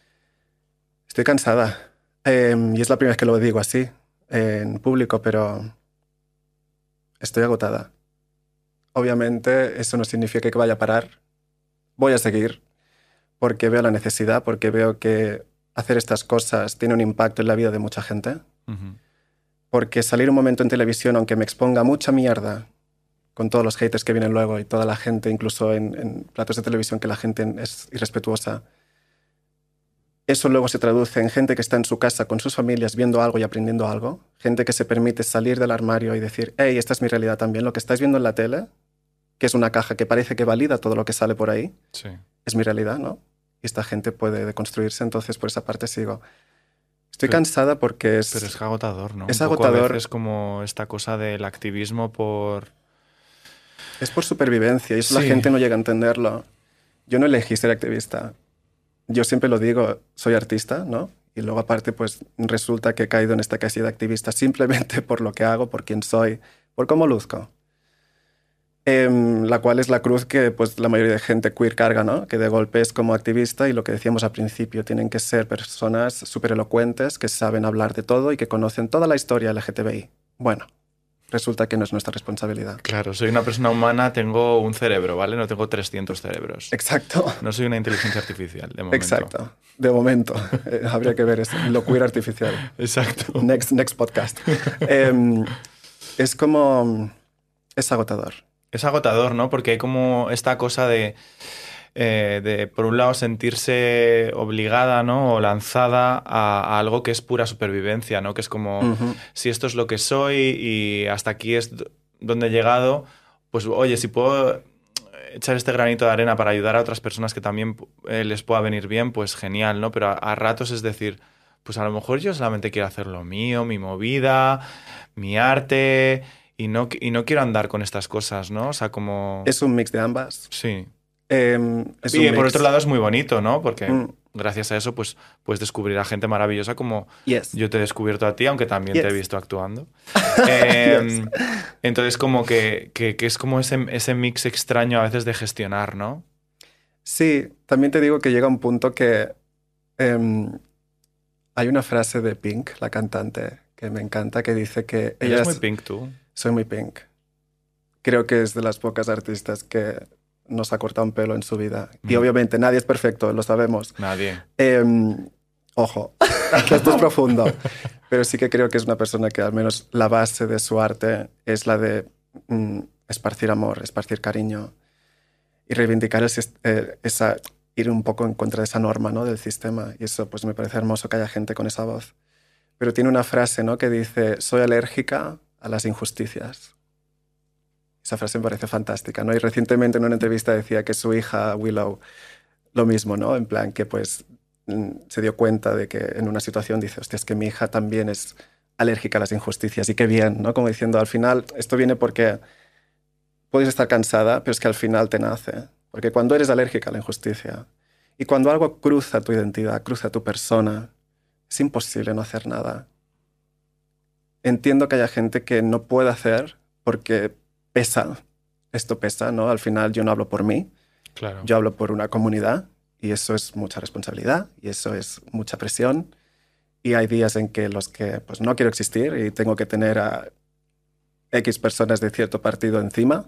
Estoy cansada. Eh, y es la primera vez que lo digo así, en público, pero estoy agotada. Obviamente eso no significa que vaya a parar. Voy a seguir porque veo la necesidad, porque veo que hacer estas cosas tiene un impacto en la vida de mucha gente. Uh-huh. Porque salir un momento en televisión, aunque me exponga mucha mierda, con todos los haters que vienen luego y toda la gente, incluso en, en platos de televisión que la gente es irrespetuosa, eso luego se traduce en gente que está en su casa con sus familias viendo algo y aprendiendo algo, gente que se permite salir del armario y decir, hey, esta es mi realidad también, lo que estáis viendo en la tele, que es una caja que parece que valida todo lo que sale por ahí, sí. es mi realidad, ¿no? Y esta gente puede deconstruirse, entonces por esa parte sigo. Estoy pero, cansada porque es... Pero es agotador, ¿no? Es Un poco agotador. A veces como esta cosa del activismo por... Es por supervivencia y eso sí. La gente no llega a entenderlo. Yo no elegí ser activista. Yo siempre lo digo, soy artista, ¿no? Y luego aparte pues resulta que he caído en esta casilla de activista simplemente por lo que hago, por quién soy, por cómo luzco. Eh, la cual es la cruz que pues, la mayoría de gente queer carga, ¿no? Que de golpe es como activista y lo que decíamos al principio, tienen que ser personas súper elocuentes, que saben hablar de todo y que conocen toda la historia L G T B I. Bueno, resulta que no es nuestra responsabilidad. Claro, soy una persona humana, tengo un cerebro, ¿vale? No tengo trescientos cerebros. Exacto. No soy una inteligencia artificial, de momento. Exacto. De momento. Eh, habría que ver eso. Lo queer artificial. Exacto. Next, next podcast. eh, es como... Es agotador. Es agotador, ¿no? Porque hay como esta cosa de, eh, de por un lado, sentirse obligada, ¿no? O lanzada a, a algo que es pura supervivencia, ¿no? Que es como, uh-huh. si esto es lo que soy y hasta aquí es donde he llegado, pues oye, si puedo echar este granito de arena para ayudar a otras personas que también eh, les pueda venir bien, pues genial, ¿no? Pero a, a ratos es decir, pues a lo mejor yo solamente quiero hacer lo mío, mi movida, mi arte... Y no, y no quiero andar con estas cosas, ¿no? O sea, como... Es un mix de ambas. Sí. Eh, es y un por mix. otro lado es muy bonito, ¿no? Porque mm. gracias a eso pues puedes descubrir a gente maravillosa como yes. yo te he descubierto a ti, aunque también yes. te he visto actuando. eh, yes. Entonces como que, que, que es como ese, ese mix extraño a veces de gestionar, ¿no? Sí, también te digo que llega un punto que... Eh, hay una frase de Pink, la cantante, que me encanta, que dice que... Ella es muy Pink, tú. Soy muy Pink. Creo que es de las pocas artistas que nos ha cortado un pelo en su vida. Mm. Y obviamente nadie es perfecto, lo sabemos. Nadie. Eh, ojo, que esto es profundo. Pero sí que creo que es una persona que al menos la base de su arte es la de mm, esparcir amor, esparcir cariño y reivindicar el, eh, esa, ir un poco en contra de esa norma, ¿no? Del sistema. Y eso pues me parece hermoso que haya gente con esa voz. Pero tiene una frase, ¿no? Que dice, soy alérgica a las injusticias. Esa frase me parece fantástica, ¿no? Y recientemente en una entrevista decía que su hija Willow, lo mismo, ¿no? En plan que pues se dio cuenta de que en una situación dice, hostia, es que mi hija también es alérgica a las injusticias y qué bien, ¿no? Como diciendo, al final esto viene porque puedes estar cansada, pero es que al final te nace. Porque cuando eres alérgica a la injusticia y cuando algo cruza tu identidad, cruza tu persona, es imposible no hacer nada. Entiendo que haya gente que no puede hacer porque pesa. Esto pesa, ¿no? Al final yo no hablo por mí. Claro. Yo hablo por una comunidad y eso es mucha responsabilidad y eso es mucha presión. Y hay días en que los que pues, no quiero existir y tengo que tener a X personas de cierto partido encima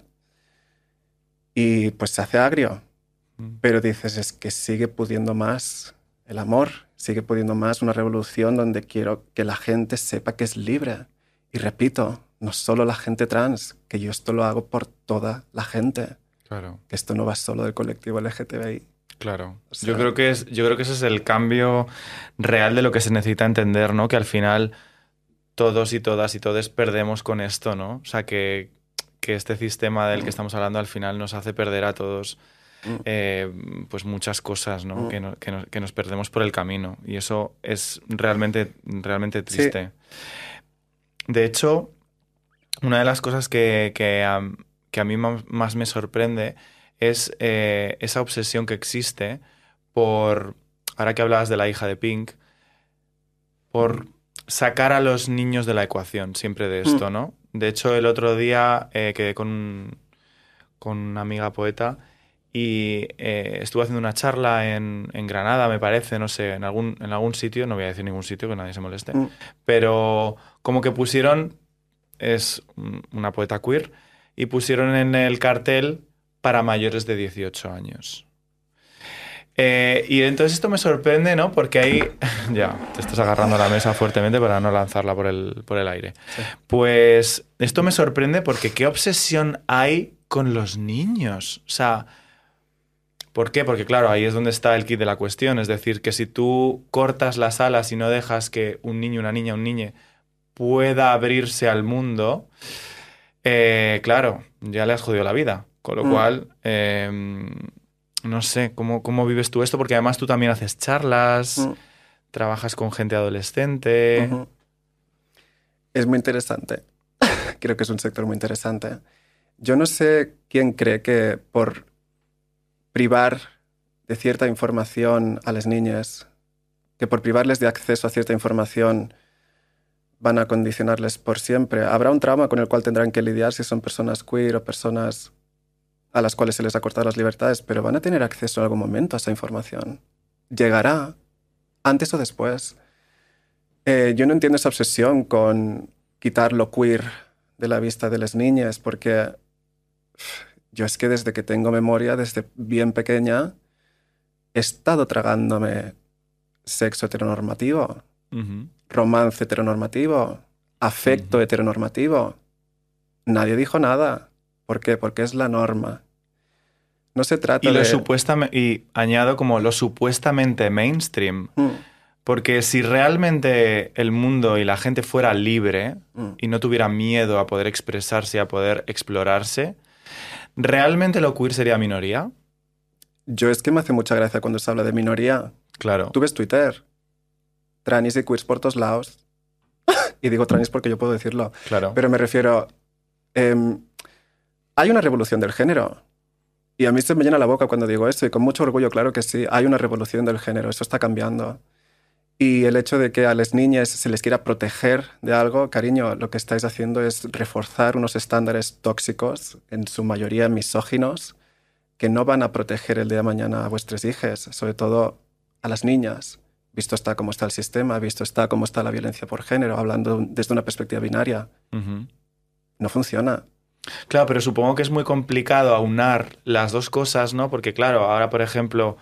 y pues se hace agrio. Mm. Pero dices, es que sigue pudiendo más el amor, sigue pudiendo más una revolución donde quiero que la gente sepa que es libre. Y repito, no solo la gente trans, que yo esto lo hago por toda la gente. Claro. Que esto no va solo del colectivo L G T B I. Claro. O sea, yo creo que es, yo creo que ese es el cambio real de lo que se necesita entender, ¿no? Que al final todos y todas y todes perdemos con esto, ¿no? O sea, que, que este sistema del que estamos hablando al final nos hace perder a todos eh, pues muchas cosas, ¿no? Que, no, que, no, que nos perdemos por el camino. Y eso es realmente, realmente triste. Sí. De hecho, una de las cosas que, que, a, que a mí más me sorprende es eh, esa obsesión que existe por, ahora que hablabas de la hija de Pink, por sacar a los niños de la ecuación siempre de esto, ¿no? De hecho, el otro día eh, quedé con, con una amiga poeta y eh, estuve haciendo una charla en, en Granada, me parece, no sé, en algún, en algún sitio, no voy a decir ningún sitio que nadie se moleste, mm. pero como que pusieron, es una poeta queer, y pusieron en el cartel para mayores de dieciocho años. Eh, y entonces esto me sorprende, ¿no? Porque ahí... ya, te estás agarrando la mesa fuertemente para no lanzarla por el, por el aire. Sí. Pues esto me sorprende porque qué obsesión hay con los niños. O sea, ¿por qué? Porque claro, ahí es donde está el kit de la cuestión. Es decir, que si tú cortas las alas y no dejas que un niño, una niña, un niño pueda abrirse al mundo, eh, claro, ya le has jodido la vida. Con lo mm. cual... Eh, no sé, ¿cómo, ¿cómo vives tú esto? Porque además tú también haces charlas, mm. trabajas con gente adolescente. Uh-huh. Es muy interesante. Creo que es un sector muy interesante. Yo no sé quién cree que por privar de cierta información a las niñas, que por privarles de acceso a cierta información van a condicionarles por siempre. Habrá un trauma con el cual tendrán que lidiar si son personas queer o personas a las cuales se les ha cortado las libertades, pero van a tener acceso en algún momento a esa información. Llegará, antes o después. Eh, yo no entiendo esa obsesión con quitar lo queer de la vista de las niñas, porque yo es que desde que tengo memoria, desde bien pequeña, he estado tragándome sexo heteronormativo, uh-huh. romance heteronormativo, afecto uh-huh. heteronormativo. Nadie dijo nada. ¿Por qué? Porque es la norma. No se trata y lo de... Supuestamente, y añado como lo supuestamente mainstream. Mm. Porque si realmente el mundo y la gente fuera libre mm. y no tuviera miedo a poder expresarse y a poder explorarse, ¿realmente lo queer sería minoría? Yo es que me hace mucha gracia cuando se habla de minoría. Claro. Tú ves Twitter. Tranis y queers por todos lados. Y digo tranis porque yo puedo decirlo. Claro. Pero me refiero... Eh, hay una revolución del género. Y a mí se me llena la boca cuando digo esto, y con mucho orgullo, claro que sí, hay una revolución del género, eso está cambiando. Y el hecho de que a las niñas se les quiera proteger de algo, cariño, lo que estáis haciendo es reforzar unos estándares tóxicos, en su mayoría misóginos, que no van a proteger el día de mañana a vuestras hijas, sobre todo a las niñas. Visto está cómo está el sistema, visto está cómo está la violencia por género, hablando desde una perspectiva binaria. Uh-huh. No funciona. Claro, pero supongo que es muy complicado aunar las dos cosas, ¿no? Porque, claro, ahora, por ejemplo,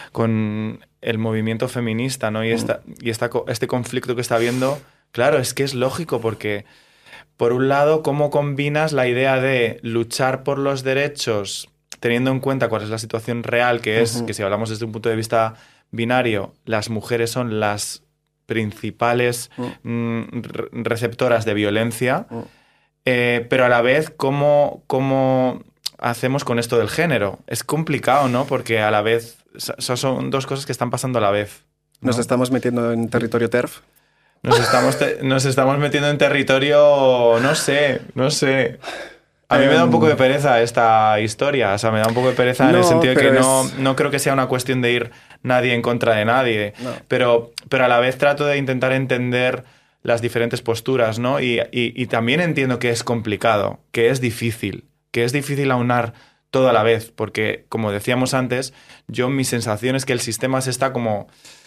con el movimiento feminista, ¿no? Y, esta, y esta, este conflicto que está habiendo, claro, es que es lógico porque, por un lado, ¿cómo combinas la idea de luchar por los derechos teniendo en cuenta cuál es la situación real, que es uh-huh. que si hablamos desde un punto de vista binario, las mujeres son las principales uh-huh. mm, receptoras de violencia, uh-huh. Eh, pero a la vez, ¿cómo, ¿cómo hacemos con esto del género? Es complicado, ¿no? Porque a la vez son dos cosas que están pasando a la vez, ¿no? ¿Nos estamos metiendo en territorio TERF? Nos estamos, te- nos estamos metiendo en territorio, no sé, no sé. A mí me da un poco de pereza esta historia, o sea, me da un poco de pereza no, en el sentido de que es... no, no creo que sea una cuestión de ir nadie en contra de nadie, no. pero, pero a la vez trato de intentar entender las diferentes posturas, ¿no? Y, y, y también entiendo que es complicado, que es difícil, que es difícil aunar todo a la vez, porque, como decíamos antes, yo mi sensación es que el sistema se está como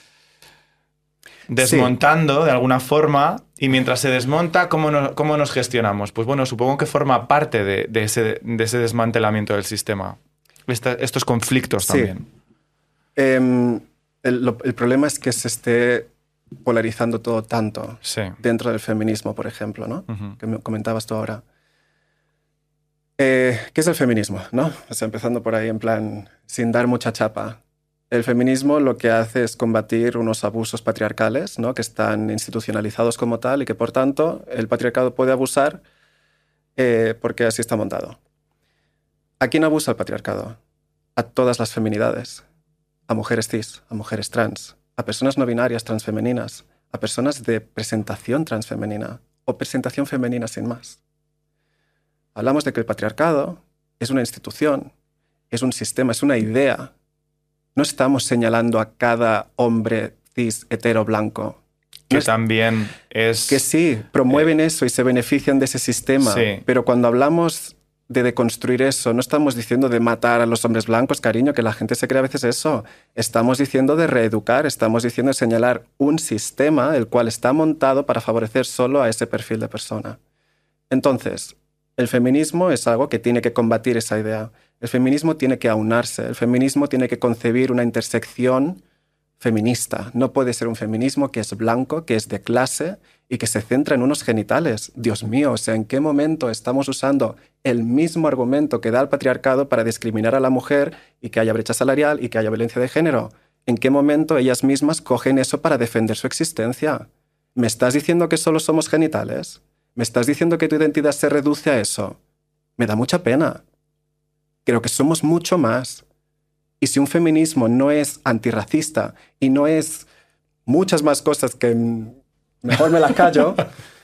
desmontando sí. de alguna forma, y mientras se desmonta, ¿cómo nos, cómo nos gestionamos? Pues bueno, supongo que forma parte de, de, ese, de ese desmantelamiento del sistema, Esta, estos conflictos sí. también. Eh, el, lo, el problema es que se esté polarizando todo tanto sí. dentro del feminismo, por ejemplo, ¿no? Uh-huh. Que me comentabas tú ahora. Eh, ¿Qué es el feminismo? ¿No? O sea, empezando por ahí, en plan, sin dar mucha chapa. El feminismo lo que hace es combatir unos abusos patriarcales, ¿no? Que están institucionalizados como tal y que, por tanto, el patriarcado puede abusar eh, porque así está montado. ¿A quién abusa el patriarcado? A todas las feminidades. A mujeres cis, a mujeres trans, a personas no binarias transfemeninas, a personas de presentación transfemenina o presentación femenina sin más. Hablamos de que el patriarcado es una institución, es un sistema, es una idea. No estamos señalando a cada hombre cis hetero blanco. Que no es, también es... Que sí, promueven eh, eso y se benefician de ese sistema. Sí. Pero cuando hablamos de deconstruir eso. No estamos diciendo de matar a los hombres blancos, cariño, que la gente se cree a veces eso. Estamos diciendo de reeducar, estamos diciendo de señalar un sistema el cual está montado para favorecer solo a ese perfil de persona. Entonces, el feminismo es algo que tiene que combatir esa idea. El feminismo tiene que aunarse, el feminismo tiene que concebir una intersección feminista. No puede ser un feminismo que es blanco, que es de clase y que se centra en unos genitales. Dios mío, o sea, ¿en qué momento estamos usando el mismo argumento que da el patriarcado para discriminar a la mujer y que haya brecha salarial y que haya violencia de género? ¿En qué momento ellas mismas cogen eso para defender su existencia? ¿Me estás diciendo que solo somos genitales? ¿Me estás diciendo que tu identidad se reduce a eso? Me da mucha pena. Creo que somos mucho más. Y si un feminismo no es antirracista y no es muchas más cosas que mejor me las callo,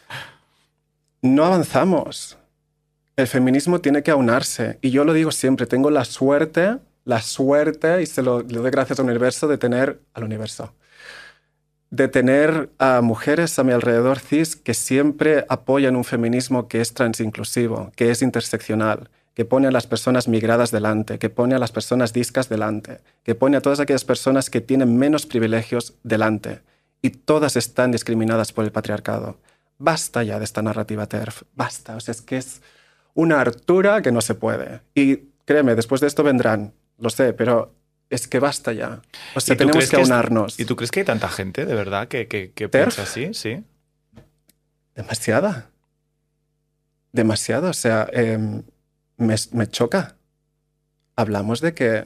no avanzamos. El feminismo tiene que aunarse. Y yo lo digo siempre, tengo la suerte, la suerte, y se lo le doy gracias al universo, de tener, al universo, de tener a mujeres a mi alrededor cis que siempre apoyan un feminismo que es transinclusivo, que es interseccional, que pone a las personas migradas delante, que pone a las personas discas delante, que pone a todas aquellas personas que tienen menos privilegios delante. Y todas están discriminadas por el patriarcado. Basta ya de esta narrativa TERF, basta. O sea, es que es una hartura que no se puede. Y créeme, después de esto vendrán, lo sé, pero es que basta ya. O sea, tenemos que, que aunarnos. Es, ¿Y tú crees que hay tanta gente, de verdad, que, que, que piensa así? Sí. Demasiada. Demasiado. O sea, eh, me, me choca. Hablamos de que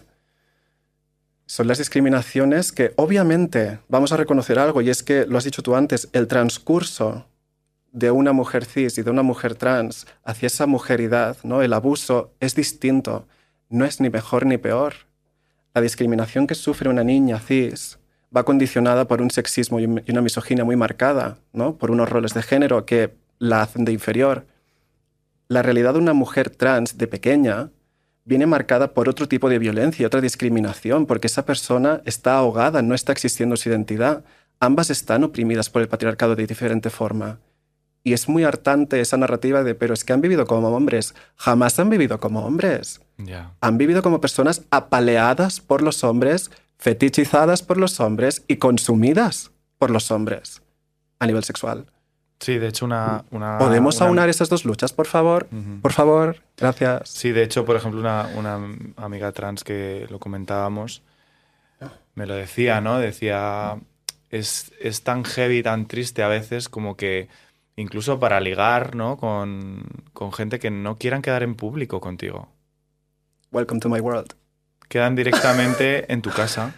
son las discriminaciones que, obviamente, vamos a reconocer algo, y es que, lo has dicho tú antes, el transcurso de una mujer cis y de una mujer trans hacia esa mujeridad, ¿no? El abuso es distinto. No es ni mejor ni peor. La discriminación que sufre una niña cis va condicionada por un sexismo y una misoginia muy marcada, ¿no? Por unos roles de género que la hacen de inferior. La realidad de una mujer trans de pequeña viene marcada por otro tipo de violencia, otra discriminación, porque esa persona está ahogada, no está existiendo su identidad. Ambas están oprimidas por el patriarcado de diferente forma. Y es muy hartante esa narrativa de, pero es que han vivido como hombres. Jamás han vivido como hombres. Yeah. Han vivido como personas apaleadas por los hombres, fetichizadas por los hombres y consumidas por los hombres a nivel sexual. Sí, de hecho, una... una ¿Podemos una... aunar esas dos luchas, por favor? Uh-huh. Por favor, gracias. Sí, de hecho, por ejemplo, una, una amiga trans que lo comentábamos me lo decía, ¿no? Decía, es, es tan heavy, tan triste a veces como que incluso para ligar, ¿no? Con, con gente que no quieran quedar en público contigo. Welcome to my world. Quedan directamente en tu casa.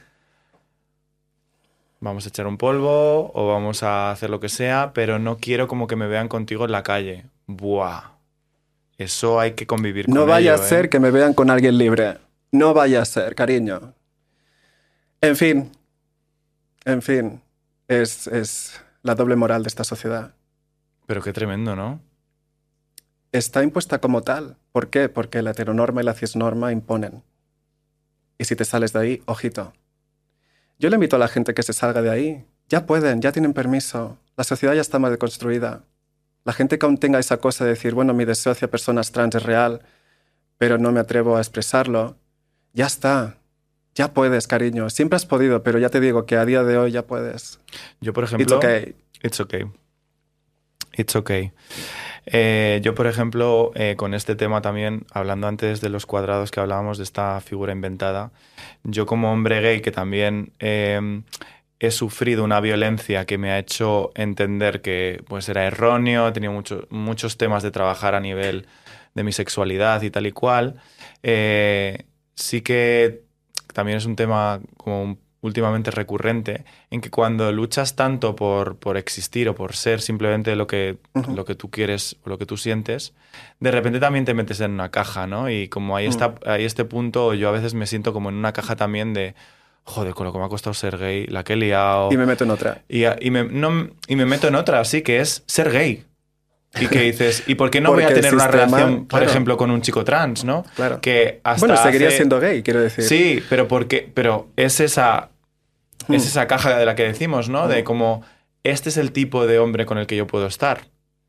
Vamos a echar un polvo o vamos a hacer lo que sea, pero no quiero como que me vean contigo en la calle. Buah. Eso hay que convivir con No vaya ello, a ser ¿eh? que me vean con alguien libre. No vaya a ser, cariño. En fin. En fin. Es, es la doble moral de esta sociedad. Pero qué tremendo, ¿no? Está impuesta como tal. ¿Por qué? Porque la heteronorma y la cisnorma imponen. Y si te sales de ahí, ojito. Yo le invito a la gente que se salga de ahí. Ya pueden, ya tienen permiso. La sociedad ya está más deconstruida. La gente que aún tenga esa cosa de decir, bueno, mi deseo hacia personas trans es real, pero no me atrevo a expresarlo. Ya está. Ya puedes, cariño. Siempre has podido, pero ya te digo que a día de hoy ya puedes. Yo, por ejemplo... It's okay. It's okay. It's okay. Eh, yo, por ejemplo, eh, con este tema también, hablando antes de los cuadrados que hablábamos, de esta figura inventada, yo como hombre gay que también eh, he sufrido una violencia que me ha hecho entender que pues, era erróneo, he tenido mucho, muchos temas de trabajar a nivel de mi sexualidad y tal y cual, eh, sí que también es un tema como un últimamente recurrente, en que cuando luchas tanto por, por existir o por ser simplemente lo que, uh-huh. lo que tú quieres o lo que tú sientes, de repente también te metes en una caja, ¿no? Y como hay, uh-huh. está, hay este punto, yo a veces me siento como en una caja también de, joder, con lo que me ha costado ser gay, la que he liado... Y me meto en otra. Y, y, me, no, y me meto en otra, sí, que es ser gay. Y que dices, ¿y por qué no voy a tener sistema, una relación, por claro. ejemplo, con un chico trans, ¿no? Claro. Que hasta bueno, seguiría hace... siendo gay, quiero decir. Sí, pero, porque, pero es esa... Es esa caja de la que decimos, ¿no? De como, este es el tipo de hombre con el que yo puedo estar.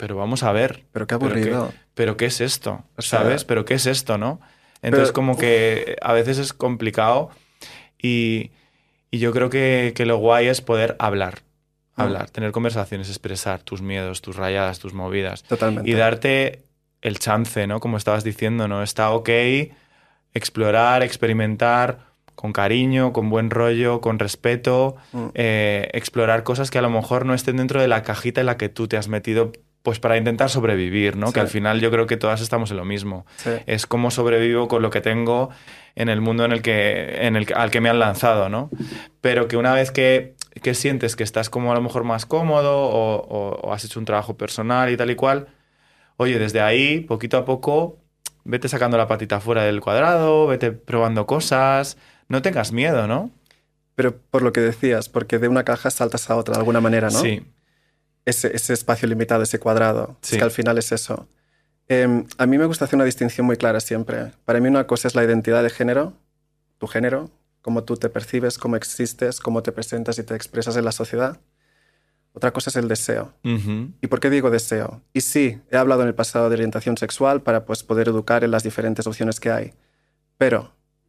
pero vamos a ver. Pero qué aburrido. ¿Pero qué, pero qué es esto? O sea, ¿Sabes? ¿Pero qué es esto, no? Entonces pero, como que a veces es complicado y, y yo creo que, que lo guay es poder hablar. Hablar, mm. tener conversaciones, expresar tus miedos, tus rayadas, tus movidas. Totalmente. Y darte el chance, ¿no? Como estabas diciendo, ¿no? Está ok explorar, experimentar con cariño, con buen rollo, con respeto, mm. eh, explorar cosas que a lo mejor no estén dentro de la cajita en la que tú te has metido pues para intentar sobrevivir, ¿no? Sí. Que al final yo creo que todas estamos en lo mismo. Sí. Es cómo sobrevivo con lo que tengo en el mundo en el que, en el, al que me han lanzado, ¿no? Pero que una vez que, que sientes que estás como a lo mejor más cómodo o, o, o has hecho un trabajo personal y tal y cual, oye, desde ahí, poquito a poco, vete sacando la patita fuera del cuadrado, vete probando cosas, no tengas miedo, ¿no? Pero por lo que decías, porque de una caja saltas a otra de alguna manera, ¿no? Sí. Ese, ese espacio limitado, ese cuadrado. Sí. Es que al final es eso. Eh, a mí me gusta hacer una distinción muy clara siempre. Para mí una cosa es la identidad de género, tu género, cómo tú te percibes, cómo existes, cómo te presentas y te expresas en la sociedad. Otra cosa es el deseo. Uh-huh. ¿Y por qué digo deseo? Y sí, he hablado en el pasado de orientación sexual para pues, poder educar en las diferentes opciones que hay. Pero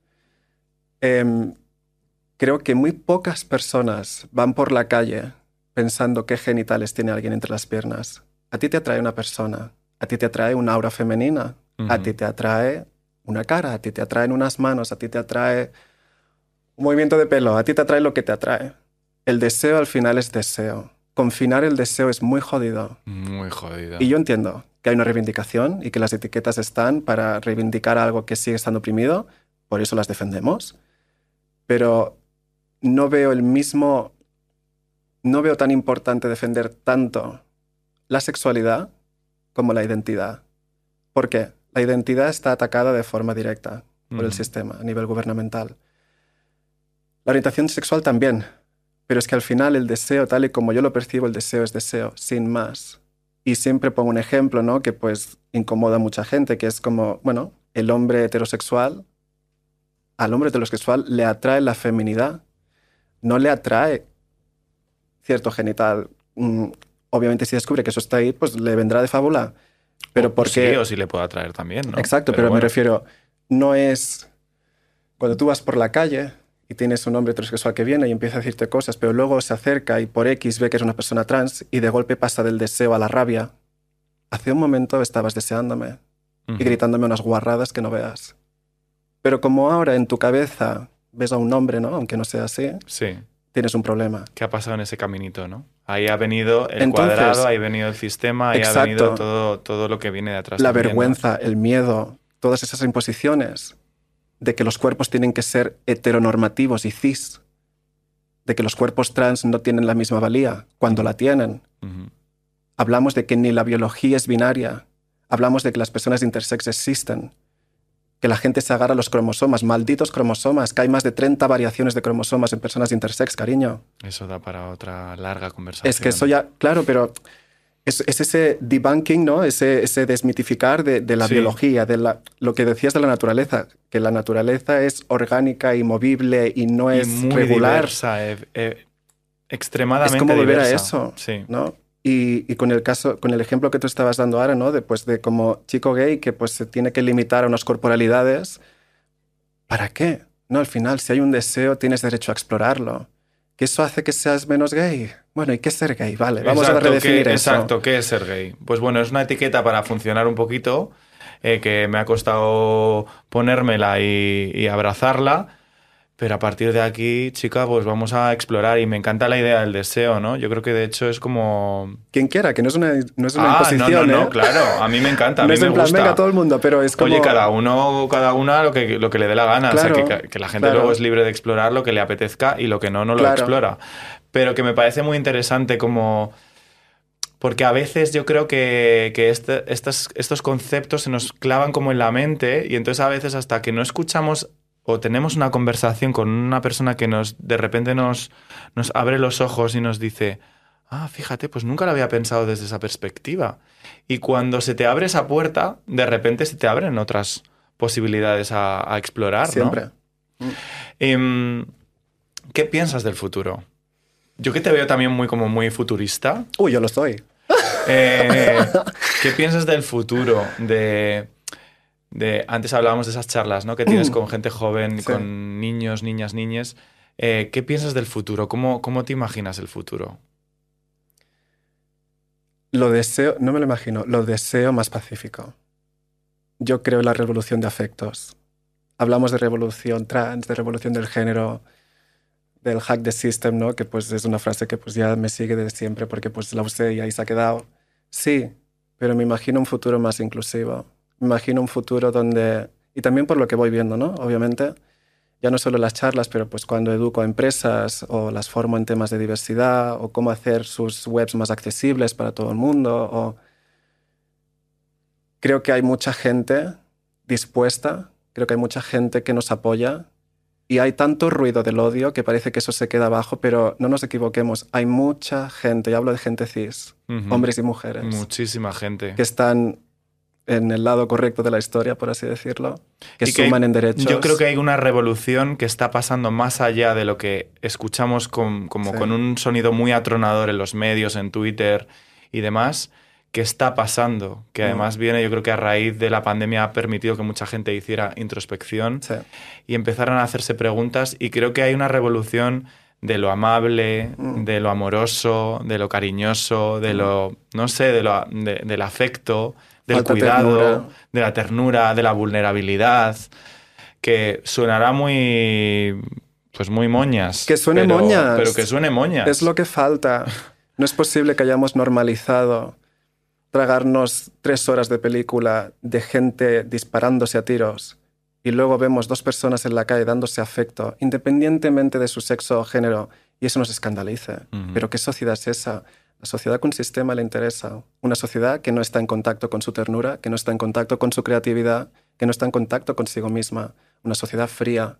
eh, creo que muy pocas personas van por la calle pensando qué genitales tiene alguien entre las piernas. A ti te atrae una persona, a ti te atrae una aura femenina, uh-huh. a ti te atrae una cara, a ti te atraen unas manos, a ti te atrae un movimiento de pelo, a ti te atrae lo que te atrae. El deseo al final es deseo. Confinar el deseo es muy jodido. Muy jodido. Y yo entiendo que hay una reivindicación y que las etiquetas están para reivindicar algo que sigue estando oprimido, por eso las defendemos, pero no veo el mismo... No veo tan importante defender tanto la sexualidad como la identidad. ¿Por qué? La identidad está atacada de forma directa por uh-huh. el sistema a nivel gubernamental. La orientación sexual también, pero es que al final el deseo, tal y como yo lo percibo, el deseo es deseo, sin más. Y siempre pongo un ejemplo, ¿no? Que pues incomoda a mucha gente, que es como, bueno, el hombre heterosexual, al hombre heterosexual le atrae la feminidad, no le atrae cierto genital. Mm, obviamente si descubre que eso está ahí, pues le vendrá de fábula. Pero o, porque... Sí, o si le puede atraer también, ¿no? Exacto, pero, pero bueno. Me refiero, no es... Cuando tú vas por la calle y tienes un hombre heterosexual que viene y empieza a decirte cosas, pero luego se acerca y por X ve que es una persona trans y de golpe pasa del deseo a la rabia. Hace un momento estabas deseándome uh-huh. y gritándome unas guarradas que no veas. Pero como ahora en tu cabeza ves a un hombre, ¿no? Aunque no sea así... Sí. Tienes un problema. ¿Qué ha pasado en ese caminito, no? Ahí ha venido el Entonces, cuadrado, ahí ha venido el sistema, ahí exacto, ha venido todo, todo lo que viene de atrás. La también, vergüenza, ¿no? El miedo, todas esas imposiciones de que los cuerpos tienen que ser heteronormativos y cis, de que los cuerpos trans no tienen la misma valía cuando la tienen. Uh-huh. Hablamos de que ni la biología es binaria, hablamos de que las personas intersex existen, que la gente se agarra a los cromosomas, malditos cromosomas, que hay más de treinta variaciones de cromosomas en personas intersex, cariño. Eso da para otra larga conversación. Es que eso ya, claro, pero es, es ese debunking, ¿no? Ese, ese desmitificar de, de la sí. biología, de la, lo que decías de la naturaleza, que la naturaleza es orgánica y movible y no y es muy regular. Diversa, eh, eh, extremadamente Es como volver diversa. a eso, sí. ¿no? Y, y con el caso, con el ejemplo que tú estabas dando ahora, ¿no? De, pues, de como chico gay que pues, se tiene que limitar a unas corporalidades. ¿Para qué? No, al final, si hay un deseo, tienes derecho a explorarlo. ¿Que eso hace que seas menos gay? Bueno, ¿y qué es ser gay? Vale, vamos exacto, a redefinir ¿qué, eso. Exacto, ¿qué es ser gay? Pues bueno, es una etiqueta para funcionar un poquito, eh, que me ha costado ponérmela y, y abrazarla. Pero a partir de aquí, chica, pues vamos a explorar. Y me encanta la idea del deseo, ¿no? Yo creo que de hecho es como... Quien quiera, que no es una, no es una ah, imposición, no, no, ¿eh? no, claro. A mí me encanta, a no mí es me en plan, gusta. venga, todo el mundo, pero es como... Oye, cada uno, cada una lo que, lo que le dé la gana. Claro, o sea, que, que la gente claro. luego es libre de explorar lo que le apetezca y lo que no, no lo claro. explora. Pero que me parece muy interesante como... Porque a veces yo creo que, que este, estos, estos conceptos se nos clavan como en la mente y entonces a veces hasta que no escuchamos... o tenemos una conversación con una persona que nos de repente nos, nos abre los ojos y nos dice, ah, fíjate, pues nunca lo había pensado desde esa perspectiva. Y cuando se te abre esa puerta, de repente se te abren otras posibilidades a, a explorar, Siempre. ¿no? Mm. ¿Qué piensas del futuro? Yo que te veo también muy, como muy futurista. Uy, yo lo estoy. Eh, ¿Qué piensas del futuro? De, de, antes hablábamos de esas charlas, ¿no? Que tienes con gente joven, Sí. con niños, niñas, niñes. Eh, ¿Qué piensas del futuro? ¿Cómo, cómo te imaginas el futuro? Lo deseo, no me lo imagino, lo deseo más pacífico. Yo creo en la revolución de afectos. Hablamos de revolución trans, de revolución del género, del hack the system, ¿no? Que pues es una frase que pues ya me sigue desde siempre porque pues la usé y ahí se ha quedado. Sí, pero me imagino un futuro más inclusivo. Me imagino un futuro donde, y también por lo que voy viendo, ¿no? Obviamente, ya no solo las charlas, pero pues cuando educo a empresas o las formo en temas de diversidad o cómo hacer sus webs más accesibles para todo el mundo. O... Creo que hay mucha gente dispuesta, creo que hay mucha gente que nos apoya y hay tanto ruido del odio que parece que eso se queda abajo, pero no nos equivoquemos, hay mucha gente, y hablo de gente cis, Uh-huh. hombres y mujeres, Muchísima gente. que están en el lado correcto de la historia, por así decirlo, que Y que suman hay- en derechos. Yo creo que hay una revolución que está pasando más allá de lo que escuchamos con, como Sí. con un sonido muy atronador en los medios, en Twitter y demás, que está pasando, que Mm. además viene, yo creo que a raíz de la pandemia ha permitido que mucha gente hiciera introspección Sí. y empezaran a hacerse preguntas, y creo que hay una revolución de lo amable, Mm. de lo amoroso, de lo cariñoso, de Mm. lo, no sé, de lo, de- del afecto, del Falta cuidado, ternura. de la ternura, de la vulnerabilidad, que sonará muy, pues muy moñas. Que suene pero, moñas. Pero que suene moñas. Es lo que falta. No es posible que hayamos normalizado tragarnos tres horas de película de gente disparándose a tiros y luego vemos dos personas en la calle dándose afecto, independientemente de su sexo o género, y eso nos escandalice. Ujú. ¿Pero qué sociedad es esa? La sociedad que un sistema le interesa. Una sociedad que no está en contacto con su ternura, que no está en contacto con su creatividad, que no está en contacto consigo misma. Una sociedad fría.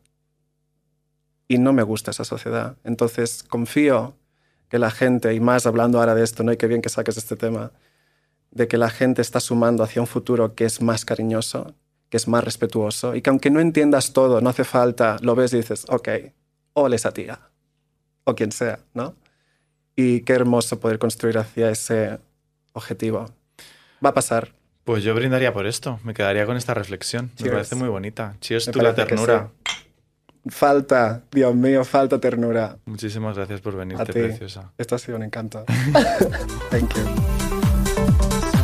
Y no me gusta esa sociedad. Entonces confío que la gente, y más hablando ahora de esto, ¿no? Y qué bien que saques este tema, de que la gente está sumando hacia un futuro que es más cariñoso, que es más respetuoso, y que aunque no entiendas todo, no hace falta, lo ves y dices, ok, ole esa tía, o quien sea, ¿no? Y qué hermoso poder construir hacia ese objetivo. Va a pasar. Pues yo brindaría por esto, me quedaría con esta reflexión. Me Cheers. parece muy bonita. Cheers Me tú la parece que ternura. sí. Falta, Dios mío, falta ternura. Muchísimas gracias por A venirte, ti. preciosa. Esto ha sido un encanto. Thank you.